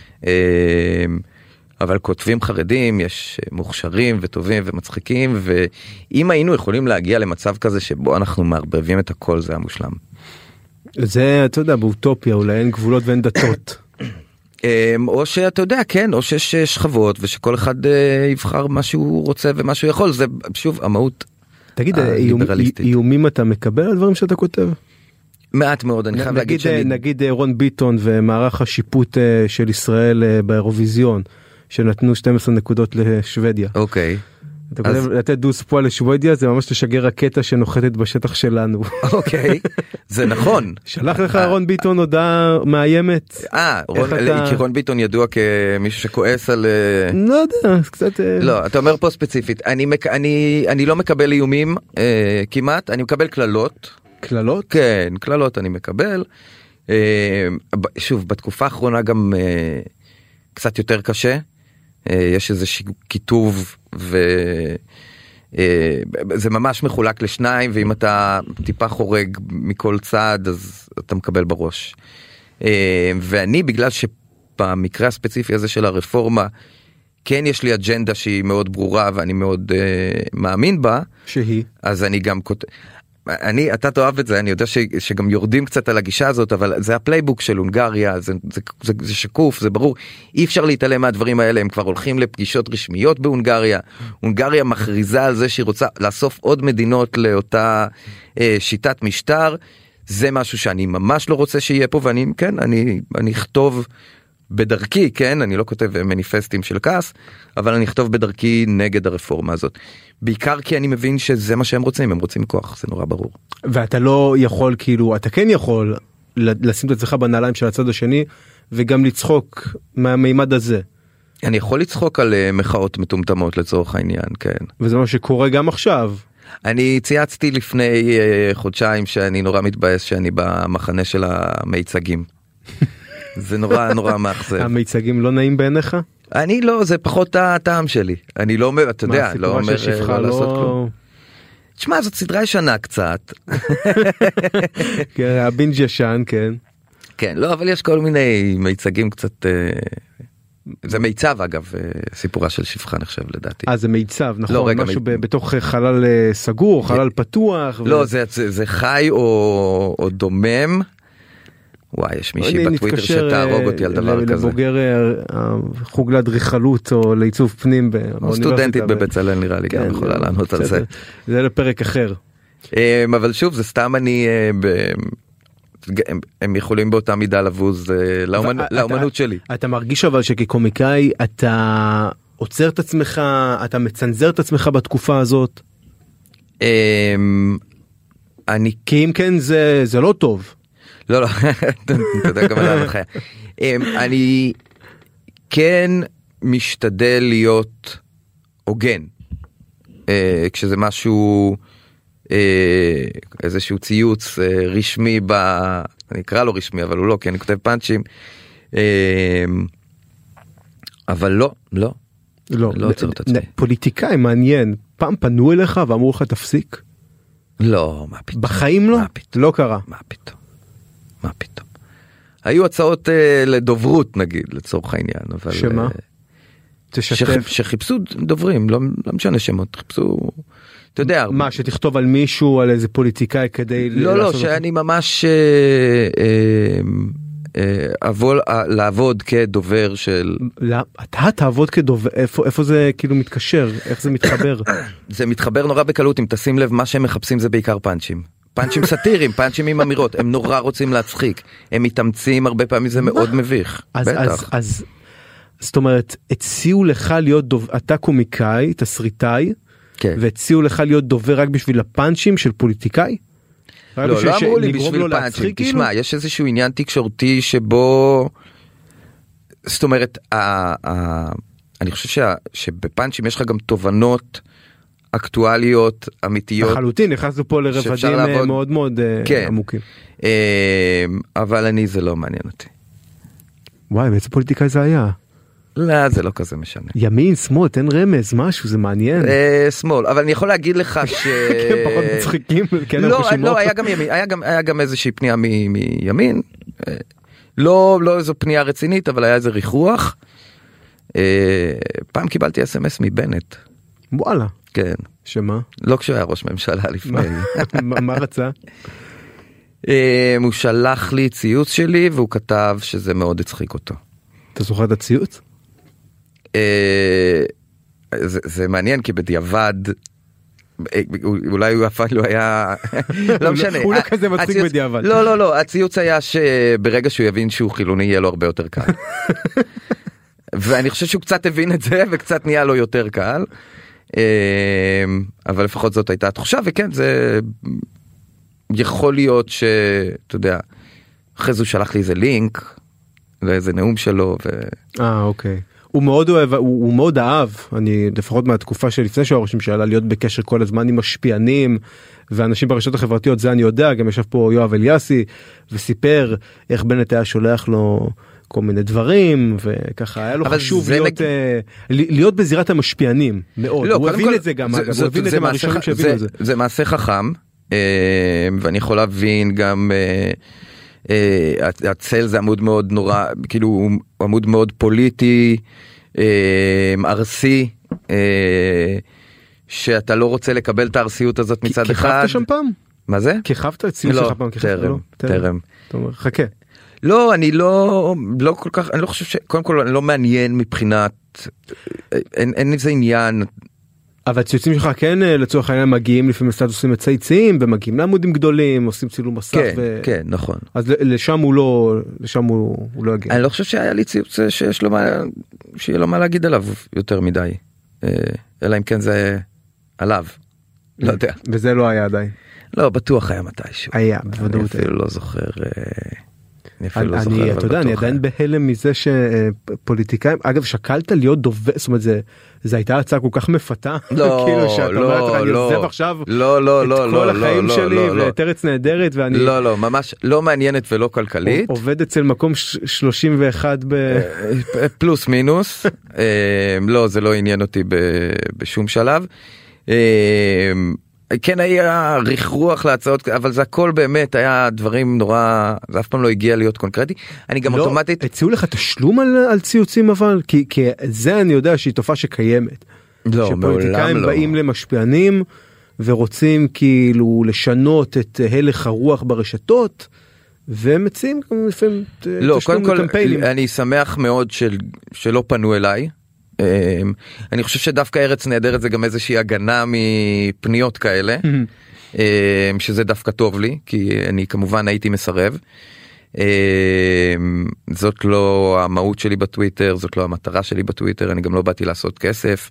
[SPEAKER 2] אבל כותבים חרדים, יש מוכשרים וטובים ומצחיקים, ואם היינו יכולים להגיע למצב כזה שבו אנחנו מערבבים את הכל, זה המושלם.
[SPEAKER 3] זה, אתה יודע, באוטופיה, אולי אין גבולות ואין דתות.
[SPEAKER 2] או שאתה יודע, כן, או שיש שכבות, ושכל אחד יבחר מה שהוא רוצה ומה שהוא יכול, זה שוב המהות.
[SPEAKER 3] תגיד, איומים אתה מקבל על דברים שאתה כותב?
[SPEAKER 2] מעט מאוד, אני חייב להגיד שאני...
[SPEAKER 3] נגיד רון ביטון ומערך השיפוט של ישראל באירוויזיון, שנתנו 12 נקודות לשוודיה.
[SPEAKER 2] אוקיי.
[SPEAKER 3] אתה כותב לתת דוס פה לשוודיה, זה ממש לשגר רקטה שנוחתת בשטח שלנו.
[SPEAKER 2] אוקיי, זה נכון.
[SPEAKER 3] שלח לך רון ביטון הודעה מאיימת.
[SPEAKER 2] כי רון ביטון ידוע כמישהו שכועס על...
[SPEAKER 3] לא יודע, קצת...
[SPEAKER 2] לא, אתה אומר פה ספציפית, אני לא מקבל איומים כמעט, אני מקבל כללות.
[SPEAKER 3] כללות?
[SPEAKER 2] כן, כללות אני מקבל. שוב, בתקופה האחרונה גם קצת יותר קשה. יש איזה כיתוב וזה ממש מחולק לשניים, ואם אתה טיפה חורג מכל צד אז אתה מקבל בראש. ואני בגלל שבמקרה הספציפי הזה של הרפורמה כן יש לי אג'נדה שהיא מאוד ברורה ואני מאוד מאמין בה,
[SPEAKER 3] שהיא
[SPEAKER 2] אז אני גם אתה תאהב את זה, אני יודע שגם יורדים קצת על הגישה הזאת, אבל זה הפלייבוק של הונגריה, זה שקוף, זה ברור, אי אפשר להתעלם מהדברים האלה, הם כבר הולכים לפגישות רשמיות בהונגריה, הונגריה מכריזה על זה שהיא רוצה לאסוף עוד מדינות לאותה שיטת משטר, זה משהו שאני ממש לא רוצה שיהיה פה, ואני, כן, אני אכתוב בדרכי, כן, אני לא כותב מניפסטים של כעס, אבל אני אכתוב בדרכי נגד הרפורמה הזאת. בעיקר כי אני מבין שזה מה שהם רוצים, הם רוצים כוח, זה נורא ברור.
[SPEAKER 3] ואתה לא יכול, כאילו, אתה כן יכול לשים את עצמך בנעליים של הצד השני, וגם לצחוק מהמימד הזה.
[SPEAKER 2] אני יכול לצחוק על מחאות מטומטמות לצורך העניין, כן.
[SPEAKER 3] וזה מה שקורה גם עכשיו.
[SPEAKER 2] אני צייצתי לפני חודשיים שאני נורא מתבאס שאני במחנה של המיצגים. זה נורא נורא מאכזב.
[SPEAKER 3] המיצגים לא נעים בעיניך?
[SPEAKER 2] אני לא, זה פחות הטעם שלי. אני לא אומר, אתה יודע, לא אומר לא לעשות כלום. תשמע, זאת סדרה ישנה קצת.
[SPEAKER 3] כן, הבינג' ישן, כן.
[SPEAKER 2] כן, לא, אבל יש כל מיני מיצגים קצת זה מיצב אגב, סיפורה של שפחה נחשב לדעתי.
[SPEAKER 3] זה מיצב, נכון,
[SPEAKER 2] לא, רגע,
[SPEAKER 3] משהו בתוך חלל סגור, חלל פתוח.
[SPEAKER 2] לא, זה חי או דומם. וואי, יש מישהי בטוויטר שתהרוג אותי על דבר כזה.
[SPEAKER 3] לבוגר חוג לאדריכלות או לעיצוב פנים באוניברסיטה.
[SPEAKER 2] סטודנטית בבצלאל נראה לי, גם יכולה לענות על זה.
[SPEAKER 3] זה לפרק אחר.
[SPEAKER 2] אבל שוב, זה סתם הם יכולים באותה מידה לבוז לאומנות שלי.
[SPEAKER 3] אתה מרגיש אבל שכקומיקאי אתה עוצר את עצמך, אתה מצנזר את עצמך בתקופה הזאת? כי אם כן זה לא טוב.
[SPEAKER 2] לא, אתה יודע גם על ההנחיה. אני כן משתדל להיות הוגן. כשזה משהו, איזשהו ציוץ רשמי, אני אקרא לו רשמי, אבל הוא לא, כי אני כותב פאנצ'ים. אבל לא עוצר את עצמי.
[SPEAKER 3] פוליטיקאי מעניין, פעם פנו אליך ואמרו לך תפסיק?
[SPEAKER 2] לא, מה פתאום.
[SPEAKER 3] בחיים לא? לא קרה.
[SPEAKER 2] מה פתאום. היו הצעות לדוברות נגיד, לצורך העניין. אבל
[SPEAKER 3] שמה?
[SPEAKER 2] שחיפשו דוברים, לא משנה שמות, חיפשו, אתה יודע.
[SPEAKER 3] מה, שתכתוב על מישהו, על איזה פוליטיקאי כדי...
[SPEAKER 2] לא, שאני ממש לעבוד כדובר של...
[SPEAKER 3] אתה תעבוד כדובר, איפה זה כאילו מתקשר? איך זה מתחבר?
[SPEAKER 2] זה מתחבר נורא בקלות, אם תשים לב, מה שהם מחפשים זה בעיקר פאנצ'ים. פאנצ'ים סאטיריים, פאנצ'ים עם אמירות, הם נורא רוצים להצחיק, הם מתאמצים, הרבה פעמים זה מאוד מביך. בטח.
[SPEAKER 3] אז זאת אומרת, הציעו לך להיות אתה קומיקאי, תסריטאי, והציעו לך להיות דובר רק בשביל הפאנצ'ים של פוליטיקאי?
[SPEAKER 2] לא אמרו לי בשביל פאנצ'ים, תשמע, יש איזשהו עניין תקשורתי שבו, זאת אומרת, אני חושב שבפאנצ'ים יש לך גם תובנות אקטואליות, אמיתיות.
[SPEAKER 3] לחלוטין, נכנסנו פה לרבדים מאוד מאוד עמוקים.
[SPEAKER 2] אבל זה לא מעניין אותי.
[SPEAKER 3] וואי, באיזה פוליטיקאי זה היה?
[SPEAKER 2] לא, זה לא כזה משנה.
[SPEAKER 3] ימין, שמאל, תן רמז, משהו, זה מעניין.
[SPEAKER 2] שמאל, אבל אני יכול להגיד לך
[SPEAKER 3] כן, פחות מצחיקים.
[SPEAKER 2] לא, היה גם איזושהי פנייה מימין. לא איזו פנייה רצינית, אבל היה איזה ריחוח. פעם קיבלתי אס-אמס מבנט.
[SPEAKER 3] וואלה.
[SPEAKER 2] כן.
[SPEAKER 3] שמה?
[SPEAKER 2] לא כשהוא היה ראש ממשלה לפני.
[SPEAKER 3] מה רצה?
[SPEAKER 2] הוא שלח לי ציוץ שלי, והוא כתב שזה מאוד הצחיק אותו.
[SPEAKER 3] אתה זוכר את הציוץ?
[SPEAKER 2] זה מעניין, כי בדיעבד, אולי הוא אפילו לא היה, לא משנה.
[SPEAKER 3] הוא לא כזה מצחיק בדיעבד.
[SPEAKER 2] לא, הציוץ היה שברגע שהוא יבין שהוא חילוני, יהיה לו הרבה יותר קל. ואני חושב שהוא קצת הבין את זה, וקצת נהיה לו יותר קל. אבל לפחות זאת הייתה התחושה, וכן, זה יכול להיות שאתה יודע, אחרי זה הוא שלח לי איזה לינק, לאיזה נאום שלו.
[SPEAKER 3] אוקיי. הוא מאוד אוהב, הוא מאוד אהב, אני לפחות מהתקופה שלפני שהוא ראש ממשלה, להיות בקשר כל הזמן עם משפיענים, ואנשים ברשתות החברתיות, זה אני יודע, גם ישב פה יואב אליאסי, וסיפר איך בנט היה שולח לו כל מיני דברים, וככה היה לו חשוב להיות בזירת המשפיענים, מאוד. הוא הבין את זה גם, אגב, הוא הבין את זה מהראשונים שהבינו את זה.
[SPEAKER 2] זה מעשה חכם, ואני יכול להבין גם... הצל זה עמוד מאוד נורא, כאילו עמוד מאוד פוליטי, ארסי, שאתה לא רוצה לקבל את הארסיות הזאת מצד אחד.
[SPEAKER 3] כיכבת שם פעם?
[SPEAKER 2] מה זה?
[SPEAKER 3] כיכבת את ציוץ שלך פעם?
[SPEAKER 2] לא, טרם.
[SPEAKER 3] אתה אומר, חכה.
[SPEAKER 2] לא, אני לא כל כך, אני לא חושב קודם כל אני לא מעניין מבחינת, אין איזה עניין.
[SPEAKER 3] אבל הציוצים שלך כן לצורך העניין מגיעים לפעמים לסטטוסים מצייצים ומגיעים לעמודים גדולים, עושים צילום מסך.
[SPEAKER 2] כן, נכון.
[SPEAKER 3] אז לשם הוא לא יגיע.
[SPEAKER 2] אני לא חושב שהיה לי ציוץ שיהיה לו מה להגיד עליו יותר מדי. אלא אם כן זה עליו. לא יודע.
[SPEAKER 3] וזה לא היה עדיין.
[SPEAKER 2] לא, בטוח היה מתישהו.
[SPEAKER 3] היה, בוודאות.
[SPEAKER 2] אני אפילו לא זוכר.
[SPEAKER 3] אתה יודע, אני עדיין בהלם מזה שפוליטיקאים, אגב, שקלת להיות דובר, זאת אומרת, זה הייתה הצעה כל כך מפתה, כאילו שאתה אומר, אני עוזב עכשיו את כל החיים שלי ואת ארץ נהדרת, ואני...
[SPEAKER 2] לא, ממש לא מעניינת ולא כלכלית.
[SPEAKER 3] עובד אצל מקום 31
[SPEAKER 2] פלוס מינוס, לא, זה לא עניין אותי בשום שלב. כן היה ריחרוח להצעות, אבל זה הכל באמת היה דברים נורא, זה אף פעם לא הגיע להיות קונקרטי. אני גם אוטומטית...
[SPEAKER 3] הציעו לך תשלום על ציוצים אבל? כי זה אני יודע שהיא תופעה שקיימת.
[SPEAKER 2] לא, מעולם לא.
[SPEAKER 3] שפוליטיקאים באים למשפיענים ורוצים כאילו לשנות את הלך הרוח ברשתות, והם מציעים לפעמים
[SPEAKER 2] תשלום לקמפיינים. אני שמח מאוד שלא פנו אליי. אני חושב שדווקא ארץ נהדרת זה גם איזושהי הגנה מפניות כאלה, שזה דווקא טוב לי, כי אני כמובן הייתי מסרב. זאת לא המהות שלי בטוויטר, זאת לא המטרה שלי בטוויטר, אני גם לא באתי לעשות כסף.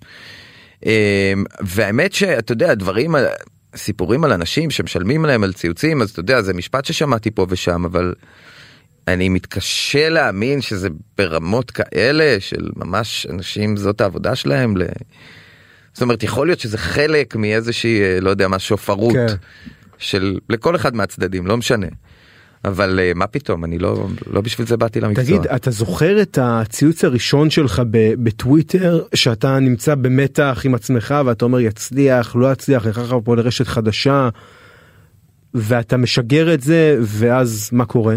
[SPEAKER 2] והאמת שאתה יודע, סיפורים על אנשים שמשלמים להם על ציוצים, אז אתה יודע, זה משפט ששמעתי פה ושם, אבל אני מתקשה להאמין שזה ברמות כאלה של ממש אנשים, זאת העבודה שלהם. זאת אומרת, יכול להיות שזה חלק מאיזושהי, לא יודע מה, שופרות של לכל אחד מהצדדים, לא משנה. אבל מה פתאום, אני לא בשביל זה באתי למקצוע.
[SPEAKER 3] תגיד, אתה זוכר את הציוץ הראשון שלך בטוויטר, שאתה נמצא במתח עם עצמך, ואתה אומר יצליח, לא יצליח, לכך פה לרשת חדשה, ואתה משגר את זה, ואז מה קורה?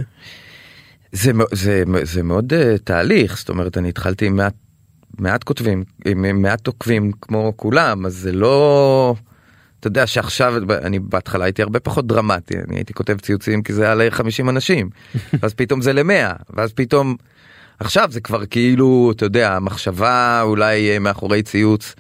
[SPEAKER 2] זה מאוד תהליך, זאת אומרת, אני התחלתי עם מעט כותבים, עם מעט עוקבים כמו כולם, אז זה לא... אתה יודע שעכשיו, אני בהתחלה הייתי הרבה פחות דרמטי, אני הייתי כותב ציוצים כי זה היה ל-50 אנשים, אז פתאום זה ל-100, ואז פתאום, עכשיו זה כבר כאילו, אתה יודע, המחשבה אולי מאחורי ציוץ,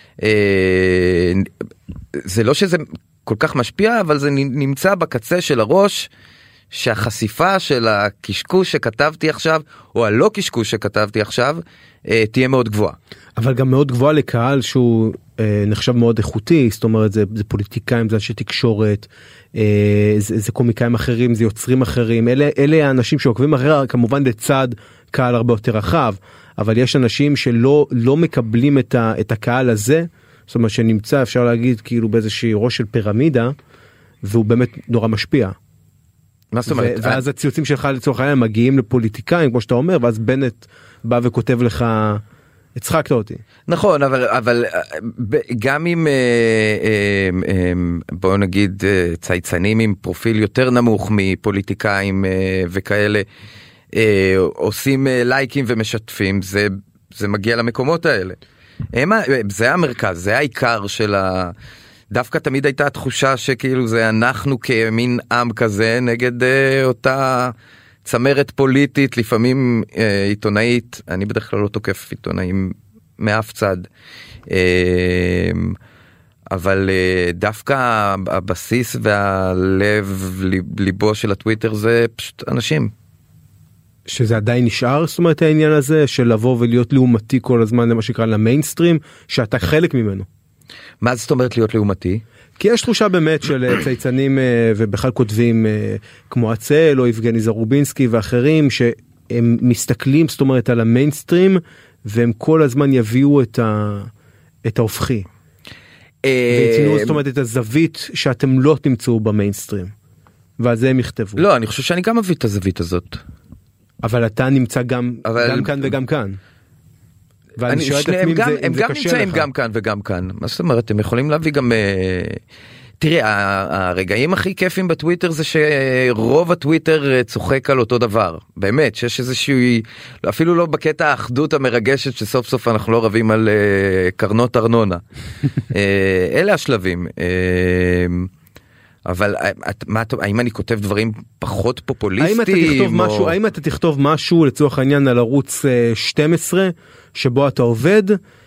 [SPEAKER 2] זה לא שזה כל כך משפיע, אבל זה נמצא בקצה של הראש, שהחשיפה של הקשקוש שכתבתי עכשיו, או הלא קשקוש שכתבתי עכשיו, תהיה מאוד גבוהה.
[SPEAKER 3] אבל גם מאוד גבוהה לקהל שהוא נחשב מאוד איכותי, זאת אומרת, זה פוליטיקאים, זה אנשי תקשורת, זה קומיקאים אחרים, זה יוצרים אחרים, אלה האנשים שעוקבים אחר, כמובן לצד קהל הרבה יותר רחב, אבל יש אנשים שלא מקבלים את הקהל הזה, זאת אומרת שנמצא, אפשר להגיד, כאילו באיזושהי ראש של פירמידה, והוא באמת נורא משפיע.
[SPEAKER 2] מה זאת אומרת?
[SPEAKER 3] ואז הציוצים שלך לצורך העניין מגיעים לפוליטיקאים, כמו שאתה אומר, ואז בנט בא וכותב לך, הצחקת אותי.
[SPEAKER 2] נכון, אבל גם אם בואו נגיד צייצנים עם פרופיל יותר נמוך מפוליטיקאים וכאלה, עושים לייקים ומשתפים, זה מגיע למקומות האלה. זה המרכז, זה העיקר של דווקא תמיד הייתה תחושה שכאילו זה אנחנו כמין עם כזה נגד אותה צמרת פוליטית, לפעמים עיתונאית, אני בדרך כלל לא תוקף עיתונאים מאף צד, אבל דווקא הבסיס והלב, ליבו של הטוויטר זה פשוט אנשים.
[SPEAKER 3] שזה עדיין נשאר, זאת אומרת העניין הזה של לבוא ולהיות לעומתי כל הזמן למה שקרא למיינסטרים, שאתה חלק ממנו.
[SPEAKER 2] מה זאת אומרת להיות לעומתי?
[SPEAKER 3] כי יש תחושה באמת של צייצנים ובכלל כותבים כמו הצל או יבגני זרובינסקי ואחרים שהם מסתכלים זאת אומרת על המיינסטרים והם כל הזמן יביאו את ההופכי. ויצינו זאת אומרת את הזווית שאתם לא תמצאו במיינסטרים. ועל זה הם יכתבו.
[SPEAKER 2] לא, אני חושב שאני גם מביא את הזווית הזאת.
[SPEAKER 3] אבל אתה נמצא גם כאן וגם כאן.
[SPEAKER 2] הם גם נמצאים גם כאן וגם כאן. מה זאת אומרת, הם יכולים להביא גם... תראה, הרגעים הכי כיפים בטוויטר זה שרוב הטוויטר צוחק על אותו דבר. באמת, שיש איזשהו... אפילו לא בקטע האחדות המרגשת שסוף סוף אנחנו לא רבים על קרנות ארנונה. אלה השלבים. אבל האם אני כותב דברים פחות פופוליסטיים?
[SPEAKER 3] האם אתה תכתוב משהו לצורך העניין על ערוץ 12 שבו אתה עובד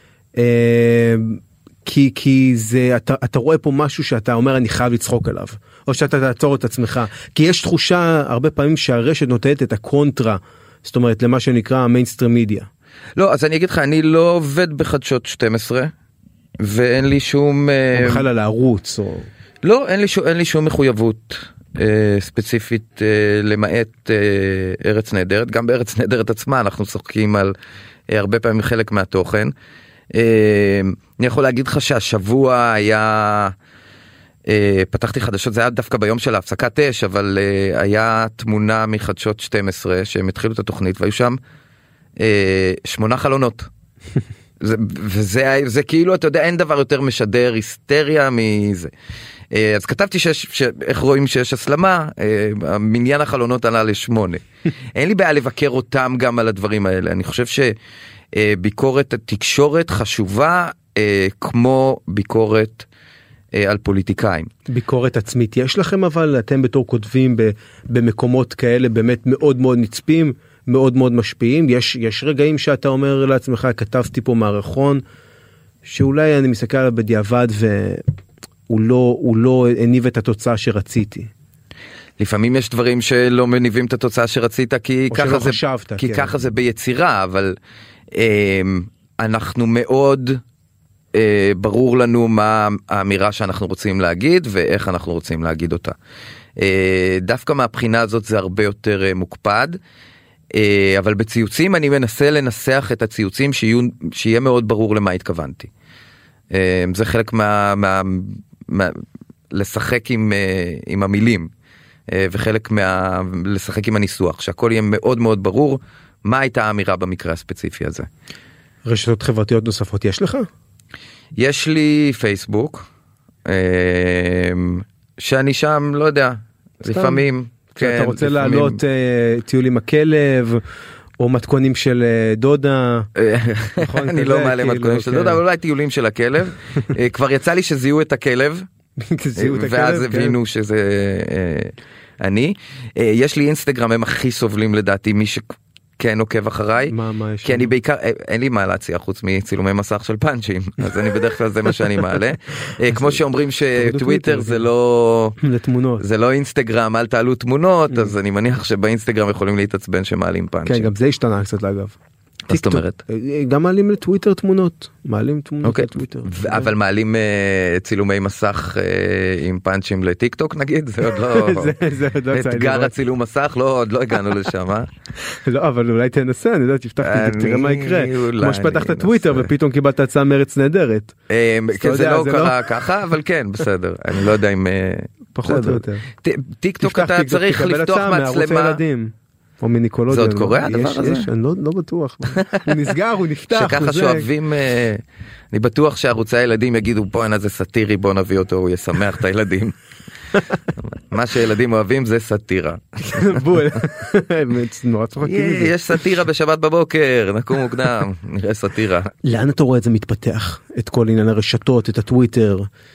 [SPEAKER 3] כי זה אתה רואה פה משהו שאתה אומר אני חייב לצחוק עליו או שאתה תעצור את עצמך כי יש תחושה הרבה פעמים שהרשת נותנת את הקונטרה זאת אומרת למה שנקרא מיינסטרים מידיה.
[SPEAKER 2] לא, אז אני אגיד לך, אני לא עובד בחדשות 12 ואין לי שום
[SPEAKER 3] או בכלל על הערוץ או...
[SPEAKER 2] לא, אין לי שום מחויבות ספציפית למעט ארץ נהדרת. גם בארץ נהדרת עצמה אנחנו צוחקים על הרבה פעמים חלק מהתוכן. אני יכול להגיד לך שהשבוע היה, פתחתי חדשות, זה היה דווקא ביום של ההפסקת אש, אבל היה תמונה מחדשות 12 שהם התחילו את התוכנית והיו שם 8 חלונות. וזה כאילו, אתה יודע, אין דבר יותר משדר היסטריה מזה. אז כתבתי איך רואים שיש הסלמה, מניין החלונות עלה ל8. אין לי בעיה לבקר אותם גם על הדברים האלה. אני חושב שביקורת התקשורת חשובה כמו ביקורת על פוליטיקאים.
[SPEAKER 3] ביקורת עצמית יש לכם, אבל אתם בתור כותבים במקומות כאלה באמת מאוד מאוד נצפים, מאוד מאוד משפיעים. יש רגעים שאתה אומר לעצמך, כתבתי פה מערכון, שאולי אני מסתכל עליו בדיעבד והוא לא הניב את התוצאה שרציתי.
[SPEAKER 2] לפעמים יש דברים שלא מניבים את התוצאה שרצית, כי ככה זה ביצירה, אבל אנחנו מאוד ברור לנו מה האמירה שאנחנו רוצים להגיד ואיך אנחנו רוצים להגיד אותה. דווקא מהבחינה הזאת זה הרבה יותר מוקפד, אבל בציוצים אני מנסה לנסח את הציוצים שיהיה מאוד ברור למה התכוונתי. זה חלק לשחק עם המילים, וחלק לשחק עם הניסוח, שהכל יהיה מאוד מאוד ברור מה הייתה האמירה במקרה הספציפי הזה.
[SPEAKER 3] רשתות חברתיות נוספות יש לך?
[SPEAKER 2] יש לי פייסבוק, שאני שם, לא יודע, לפעמים.
[SPEAKER 3] אתה רוצה לעלות טיול עם הכלב, או מתכונים של דודה.
[SPEAKER 2] אני לא מעלה מתכונים של דודה, אבל אולי טיולים של הכלב. כבר יצא לי שזיהו את הכלב, ואז הבינו שזה אני. יש לי אינסטגרם, הם הכי סובלים לדעתי, מי כן עוקב אחריי, כי אני בעיקר, אין לי מה להציע חוץ מצילומי מסך של פאנצ'ים, אז אני בדרך כלל זה מה שאני מעלה. כמו שאומרים שטוויטר זה לא אינסטגרם, אל תעלו תמונות, אז אני מניח שבאינסטגרם יכולים להתעצבן שמעלים פאנצ'ים.
[SPEAKER 3] כן, גם זה השתנה קצת אגב.
[SPEAKER 2] מה זאת אומרת?
[SPEAKER 3] גם מעלים לטוויטר תמונות, מעלים תמונות לטוויטר.
[SPEAKER 2] אבל מעלים צילומי מסך עם פאנצ'ים לטיק טוק נגיד? זה עוד לא... אתגר הצילום מסך, עוד לא הגענו לשם.
[SPEAKER 3] לא, אבל אולי תנסה, אני יודע, תפתח, תראה מה יקרה. כמו שפתחת טוויטר ופתאום קיבלת הצעה מארץ נהדרת.
[SPEAKER 2] זה לא קרה ככה, אבל כן, בסדר. אני לא יודע אם...
[SPEAKER 3] פחות או יותר.
[SPEAKER 2] טיק טוק אתה צריך לפתוח מצלמה.
[SPEAKER 3] או מניקולוגיה.
[SPEAKER 2] זה עוד קורה הדבר הזה?
[SPEAKER 3] אני לא בטוח. הוא נסגר, הוא נפתח.
[SPEAKER 2] שככה שואבים, אני בטוח שערוצי הילדים יגידו, בוא הנה זה סאטירי, בוא נביא אותו, הוא ישמח את הילדים. מה שילדים אוהבים זה סאטירה.
[SPEAKER 3] בול. נורא צוחקים מזה.
[SPEAKER 2] יש סאטירה בשבת בבוקר, נקום מוקדם, נראה סאטירה.
[SPEAKER 3] לאן אתה רואה את זה מתפתח? את כל עניין הרשתות, את הטוויטר,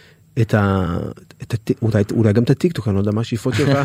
[SPEAKER 3] אולי גם את הטיקטוק, אני לא יודע מה השאיפות שלך.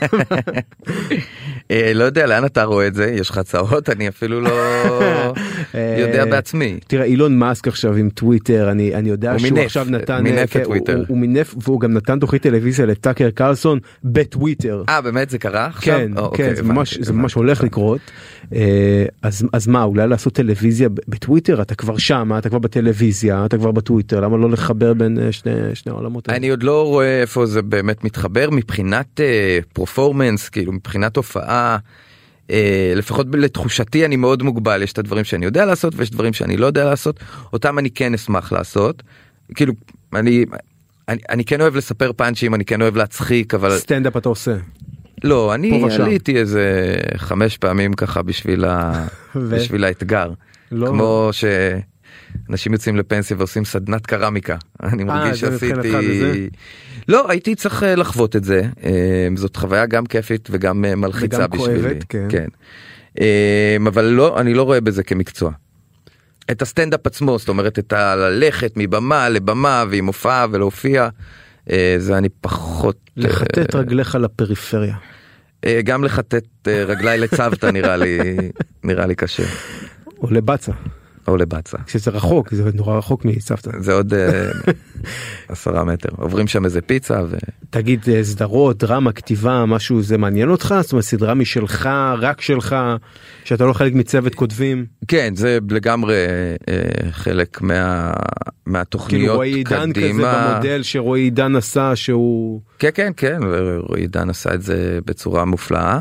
[SPEAKER 2] לא יודע, לאן אתה רואה את זה? יש לך הצעות? אני אפילו לא יודע בעצמי.
[SPEAKER 3] תראה, אילון מאסק עכשיו עם טוויטר, אני יודע שהוא עכשיו נתן...
[SPEAKER 2] מינף את טוויטר.
[SPEAKER 3] הוא מינף, והוא גם נתן תוכנית טלוויזיה לטאקר קרלסון בטוויטר.
[SPEAKER 2] באמת זה קרה עכשיו?
[SPEAKER 3] כן, זה ממש הולך לקרות. אז מה, אולי לעשות טלוויזיה בטוויטר? אתה כבר שם, אתה כבר בטלוויזיה, אתה כבר בטוויטר, למה לא לחבר בין שני העולמות?
[SPEAKER 2] אני עוד לא רואה איפה זה באמת מתחבר מבחינת פרפורמנס, כאילו מבחינת הופעה, לפחות לתחושתי אני מאוד מוגבל, יש את הדברים שאני יודע לעשות ויש דברים שאני לא יודע לעשות, אותם אני כן אשמח לעשות, כאילו אני כן אוהב לספר פאנצ'ים, אני כן אוהב להצחיק, אבל...
[SPEAKER 3] סטנדאפ אתה עושה?
[SPEAKER 2] לא, אני עליתי איזה 5 פעמים ככה בשביל האתגר, כמו ש... אנשים יוצאים לפנסיה ועושים סדנת קרמיקה. אני מרגיש שעשיתי... לא, הייתי צריך לחוות את זה. זאת חוויה גם כיפית וגם מלחיצה בשבילי. וגם כואבת,
[SPEAKER 3] כן.
[SPEAKER 2] אבל לא, אני לא רואה בזה כמקצוע. את הסטנדאפ עצמו, זאת אומרת, את הללכת מבמה לבמה ועם הופעה ולהופיע, זה אני פחות...
[SPEAKER 3] לחטט רגליך לפריפריה.
[SPEAKER 2] גם לחטט רגליי לצוותא נראה לי קשה.
[SPEAKER 3] או לבצע.
[SPEAKER 2] או לבצע.
[SPEAKER 3] שזה רחוק, זה נורא רחוק מסבתא.
[SPEAKER 2] זה עוד 10 מטר. עוברים שם איזה פיצה ו...
[SPEAKER 3] תגיד, סדרות, דרמה, כתיבה, משהו, זה מעניין אותך? זאת אומרת, סדרה משלך, רק שלך, שאתה לא חלק מצוות כותבים?
[SPEAKER 2] כן, זה לגמרי חלק מהתוכניות
[SPEAKER 3] כאילו רועי עידן כזה במודל שרועי עידן עשה, שהוא...
[SPEAKER 2] כן, ורועי עידן עשה את זה בצורה מופלאה.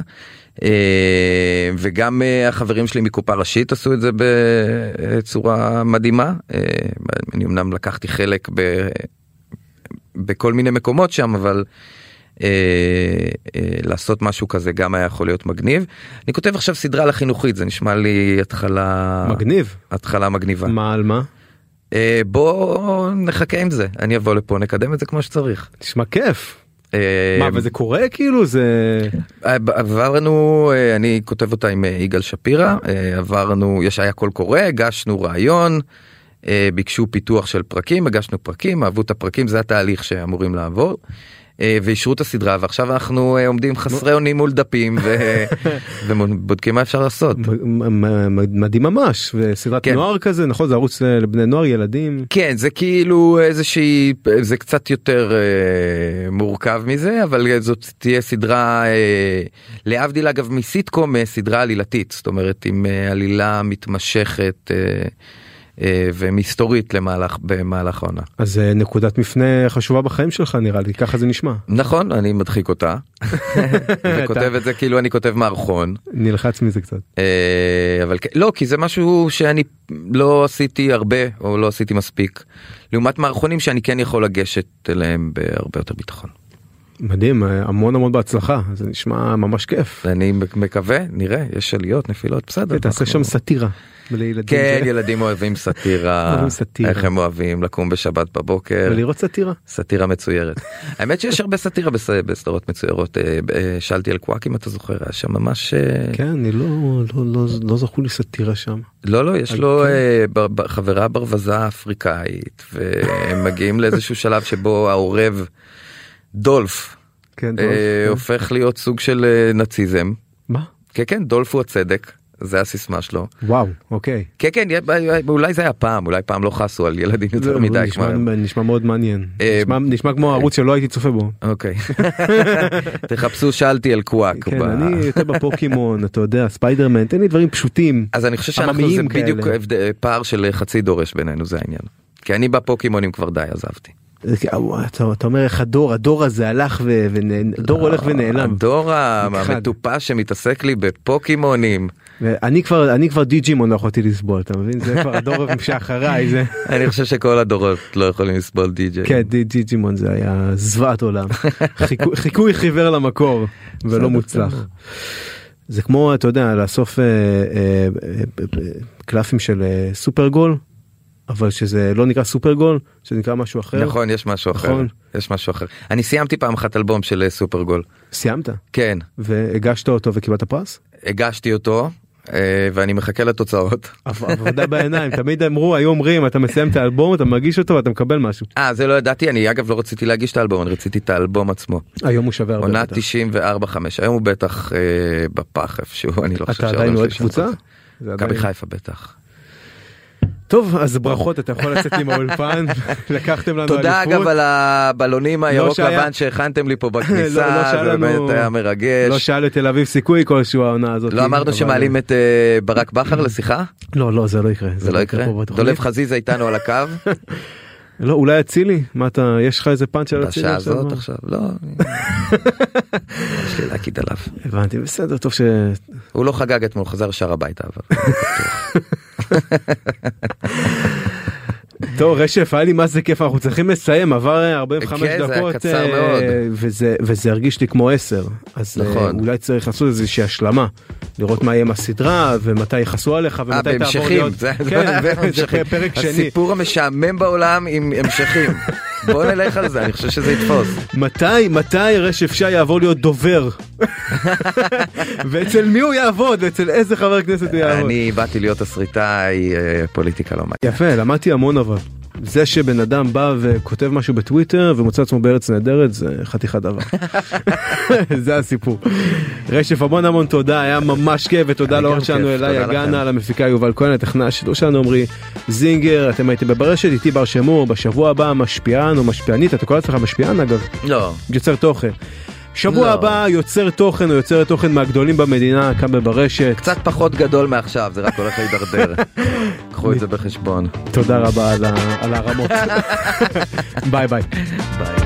[SPEAKER 2] וגם החברים שלי מקופה ראשית עשו את זה בצורה מדהימה. אני אמנם לקחתי חלק בכל מיני מקומות שם, אבל לעשות משהו כזה גם היה יכול להיות מגניב. אני כותב עכשיו סדרה לחינוכית, זה נשמע לי התחלה מגניבה.
[SPEAKER 3] מה על מה?
[SPEAKER 2] בוא נחכה עם זה, אני אבוא לפה, נקדם את זה כמו שצריך.
[SPEAKER 3] נשמע כיף. מה, וזה קורה כאילו? זה...
[SPEAKER 2] עברנו, אני כותב אותה עם יגאל שפירא, עברנו, היה קול קורא, הגשנו רעיון, ביקשו פיתוח של פרקים, הגשנו פרקים, אהבו את הפרקים, זה התהליך שאמורים לעבור, ואישרו את הסדרה, ועכשיו אנחנו עומדים חסרי אונים מול דפים, ובודקים מה אפשר לעשות.
[SPEAKER 3] מדהים ממש, וסדרת נוער כזה, נכון? זה ערוץ לבני נוער, ילדים.
[SPEAKER 2] כן, זה כאילו איזושהי, זה קצת יותר מורכב מזה, אבל זאת תהיה סדרה, להבדיל אגב מסיטקום, סדרה עלילתית, זאת אומרת, עם עלילה מתמשכת, ומסתורית במהלך העונה.
[SPEAKER 3] אז נקודת מפנה חשובה בחיים שלך נראה לי, ככה זה נשמע.
[SPEAKER 2] נכון, אני מדחיק אותה, וכותב את זה כאילו אני כותב מערכון.
[SPEAKER 3] נלחץ מזה קצת.
[SPEAKER 2] אבל לא, כי זה משהו שאני לא עשיתי הרבה, או לא עשיתי מספיק, לעומת מערכונים שאני כן יכול לגשת אליהם בהרבה יותר ביטחון.
[SPEAKER 3] מדהים, המון המון בהצלחה, זה נשמע ממש כיף.
[SPEAKER 2] אני מקווה, נראה, יש עליות, נפילות, בסדר.
[SPEAKER 3] תעשה שם סאטירה.
[SPEAKER 2] כן, ילדים אוהבים סאטירה, איך הם אוהבים לקום בשבת בבוקר.
[SPEAKER 3] ולראות סאטירה.
[SPEAKER 2] סאטירה מצוירת. האמת שיש הרבה סאטירה בסדרות מצוירות, שאלתי על קוואק אם אתה זוכר, היה שם ממש...
[SPEAKER 3] כן, אני לא זכור לי סאטירה שם.
[SPEAKER 2] לא, יש לו חברה ברווזה אפריקאית, והם מגיעים לאיזשהו שלב שבו העורב דולף הופך להיות סוג של נאציזם.
[SPEAKER 3] מה?
[SPEAKER 2] כן, דולף הוא הצדק. זה הסיסמה שלו.
[SPEAKER 3] וואו, אוקיי.
[SPEAKER 2] כן, אולי זה היה פעם, אולי פעם לא חסו על ילדים יותר מדי.
[SPEAKER 3] נשמע מאוד מעניין. נשמע כמו ערוץ שלא הייתי צופה בו.
[SPEAKER 2] אוקיי. תחפשו, שאלתי על קוואק.
[SPEAKER 3] כן, אני יותר בפוקימון, אתה יודע, ספיידרמן, תן לי דברים פשוטים.
[SPEAKER 2] אז אני חושב שאנחנו זה בדיוק פער של חצי דורש בינינו, זה העניין. כי אני בפוקימונים כבר די עזבתי.
[SPEAKER 3] אתה אומר איך הדור הזה הלך ודור הולך ונעלם.
[SPEAKER 2] הדור המטופש שמתעסק לי בפוקימונים.
[SPEAKER 3] אני כבר דיג'ימון לא יכולתי לסבול, אתה מבין? זה כבר הדור שאחריי זה.
[SPEAKER 2] אני חושב שכל הדורות לא יכולים לסבול דיג'ימון.
[SPEAKER 3] כן, דיג'ימון זה היה זוועת עולם. חיקוי חיוור למקור ולא מוצלח. זה כמו, אתה יודע, לאסוף קלפים של סופרגול. אבל שזה לא נקרא סופרגול, שזה נקרא משהו אחר.
[SPEAKER 2] נכון, יש משהו אחר. יש משהו אחר. אני סיימתי פעם אחת אלבום של סופרגול.
[SPEAKER 3] סיימת?
[SPEAKER 2] כן.
[SPEAKER 3] והגשת אותו וקיבלת פרס?
[SPEAKER 2] הגשתי אותו, ואני מחכה לתוצאות.
[SPEAKER 3] עבודה בעיניים, תמיד אמרו, היו אומרים, אתה מסיים את האלבום, אתה מגיש אותו ואתה מקבל משהו.
[SPEAKER 2] זה לא ידעתי, אני אגב לא רציתי להגיש את האלבום, אני רציתי את האלבום עצמו.
[SPEAKER 3] היום הוא שווה הרבה.
[SPEAKER 2] עונה 94-5, היום הוא בטח בפח איפשהו, אני לא חושב.
[SPEAKER 3] אתה עדיין אוהד קבוצה?
[SPEAKER 2] מכבי חיפה בטח.
[SPEAKER 3] טוב, אז ברכות, אתה יכול לצאת עם האולפן, לקחתם לנו אליפות.
[SPEAKER 2] תודה אגב על הבלונים הירוק לבן שהכנתם לי פה בכניסה, זה באמת היה מרגש.
[SPEAKER 3] לא שאל את תל אביב סיכוי כלשהו העונה הזאת.
[SPEAKER 2] לא אמרנו שמעלים את ברק בכר לשיחה?
[SPEAKER 3] לא, זה לא יקרה.
[SPEAKER 2] זה לא יקרה? דולב חזיזה איתנו על הקו?
[SPEAKER 3] לא, אולי אצילי? מה אתה, יש לך איזה פאנץ' על אצילי?
[SPEAKER 2] בשעה הזאת עכשיו, לא. יש לי להגיד עליו.
[SPEAKER 3] הבנתי, בסדר, טוב ש...
[SPEAKER 2] הוא לא חגג אתמול, חזר שר הביתה, אבל...
[SPEAKER 3] טוב, רשף, היה לי מה זה כיף, אנחנו צריכים לסיים, עבר 45 דקות,
[SPEAKER 2] זה היה קצר מאוד.
[SPEAKER 3] וזה הרגיש לי כמו 10, אז אולי צריך לעשות איזושהי השלמה, לראות מה יהיה עם הסדרה, ומתי יחסו עליך, ומתי תעבור להיות. כן, זה פרק שני.
[SPEAKER 2] הסיפור המשעמם בעולם עם המשכים. בוא נלך על זה, אני חושב שזה יתפוס.
[SPEAKER 3] מתי רשף שי יעבור להיות דובר? ואצל מי הוא יעבוד? ואצל איזה חבר כנסת הוא יעבוד?
[SPEAKER 2] אני באתי להיות תסריטאי, פוליטיקה לא מעניין.
[SPEAKER 3] יפה, למדתי המון אבל. זה שבן אדם בא וכותב משהו בטוויטר ומוצא עצמו בארץ נהדרת, זה חתיכת דבר. זה הסיפור. רשף, המון תודה, היה ממש כיף, ותודה לעורך שלנו אליי הגנה, למפיקה יובל כהן, הטכנאי השידור שלנו עמרי זינגר. אתם הייתם בברשת, איתי בר שמור, בשבוע הבא משפיען או משפיענית, אתה קורא לעצמך משפיען אגב?
[SPEAKER 2] לא.
[SPEAKER 3] יוצר תוכן. שבוע הבא יוצר תוכן או יוצרת תוכן מהגדולים במדינה, כאן בברשת.
[SPEAKER 2] קצת פחות גדול מעכשיו, זה רק הולך להידרדר. קחו את זה בחשבון.
[SPEAKER 3] תודה רבה על הרמות. ביי ביי.
[SPEAKER 2] ביי.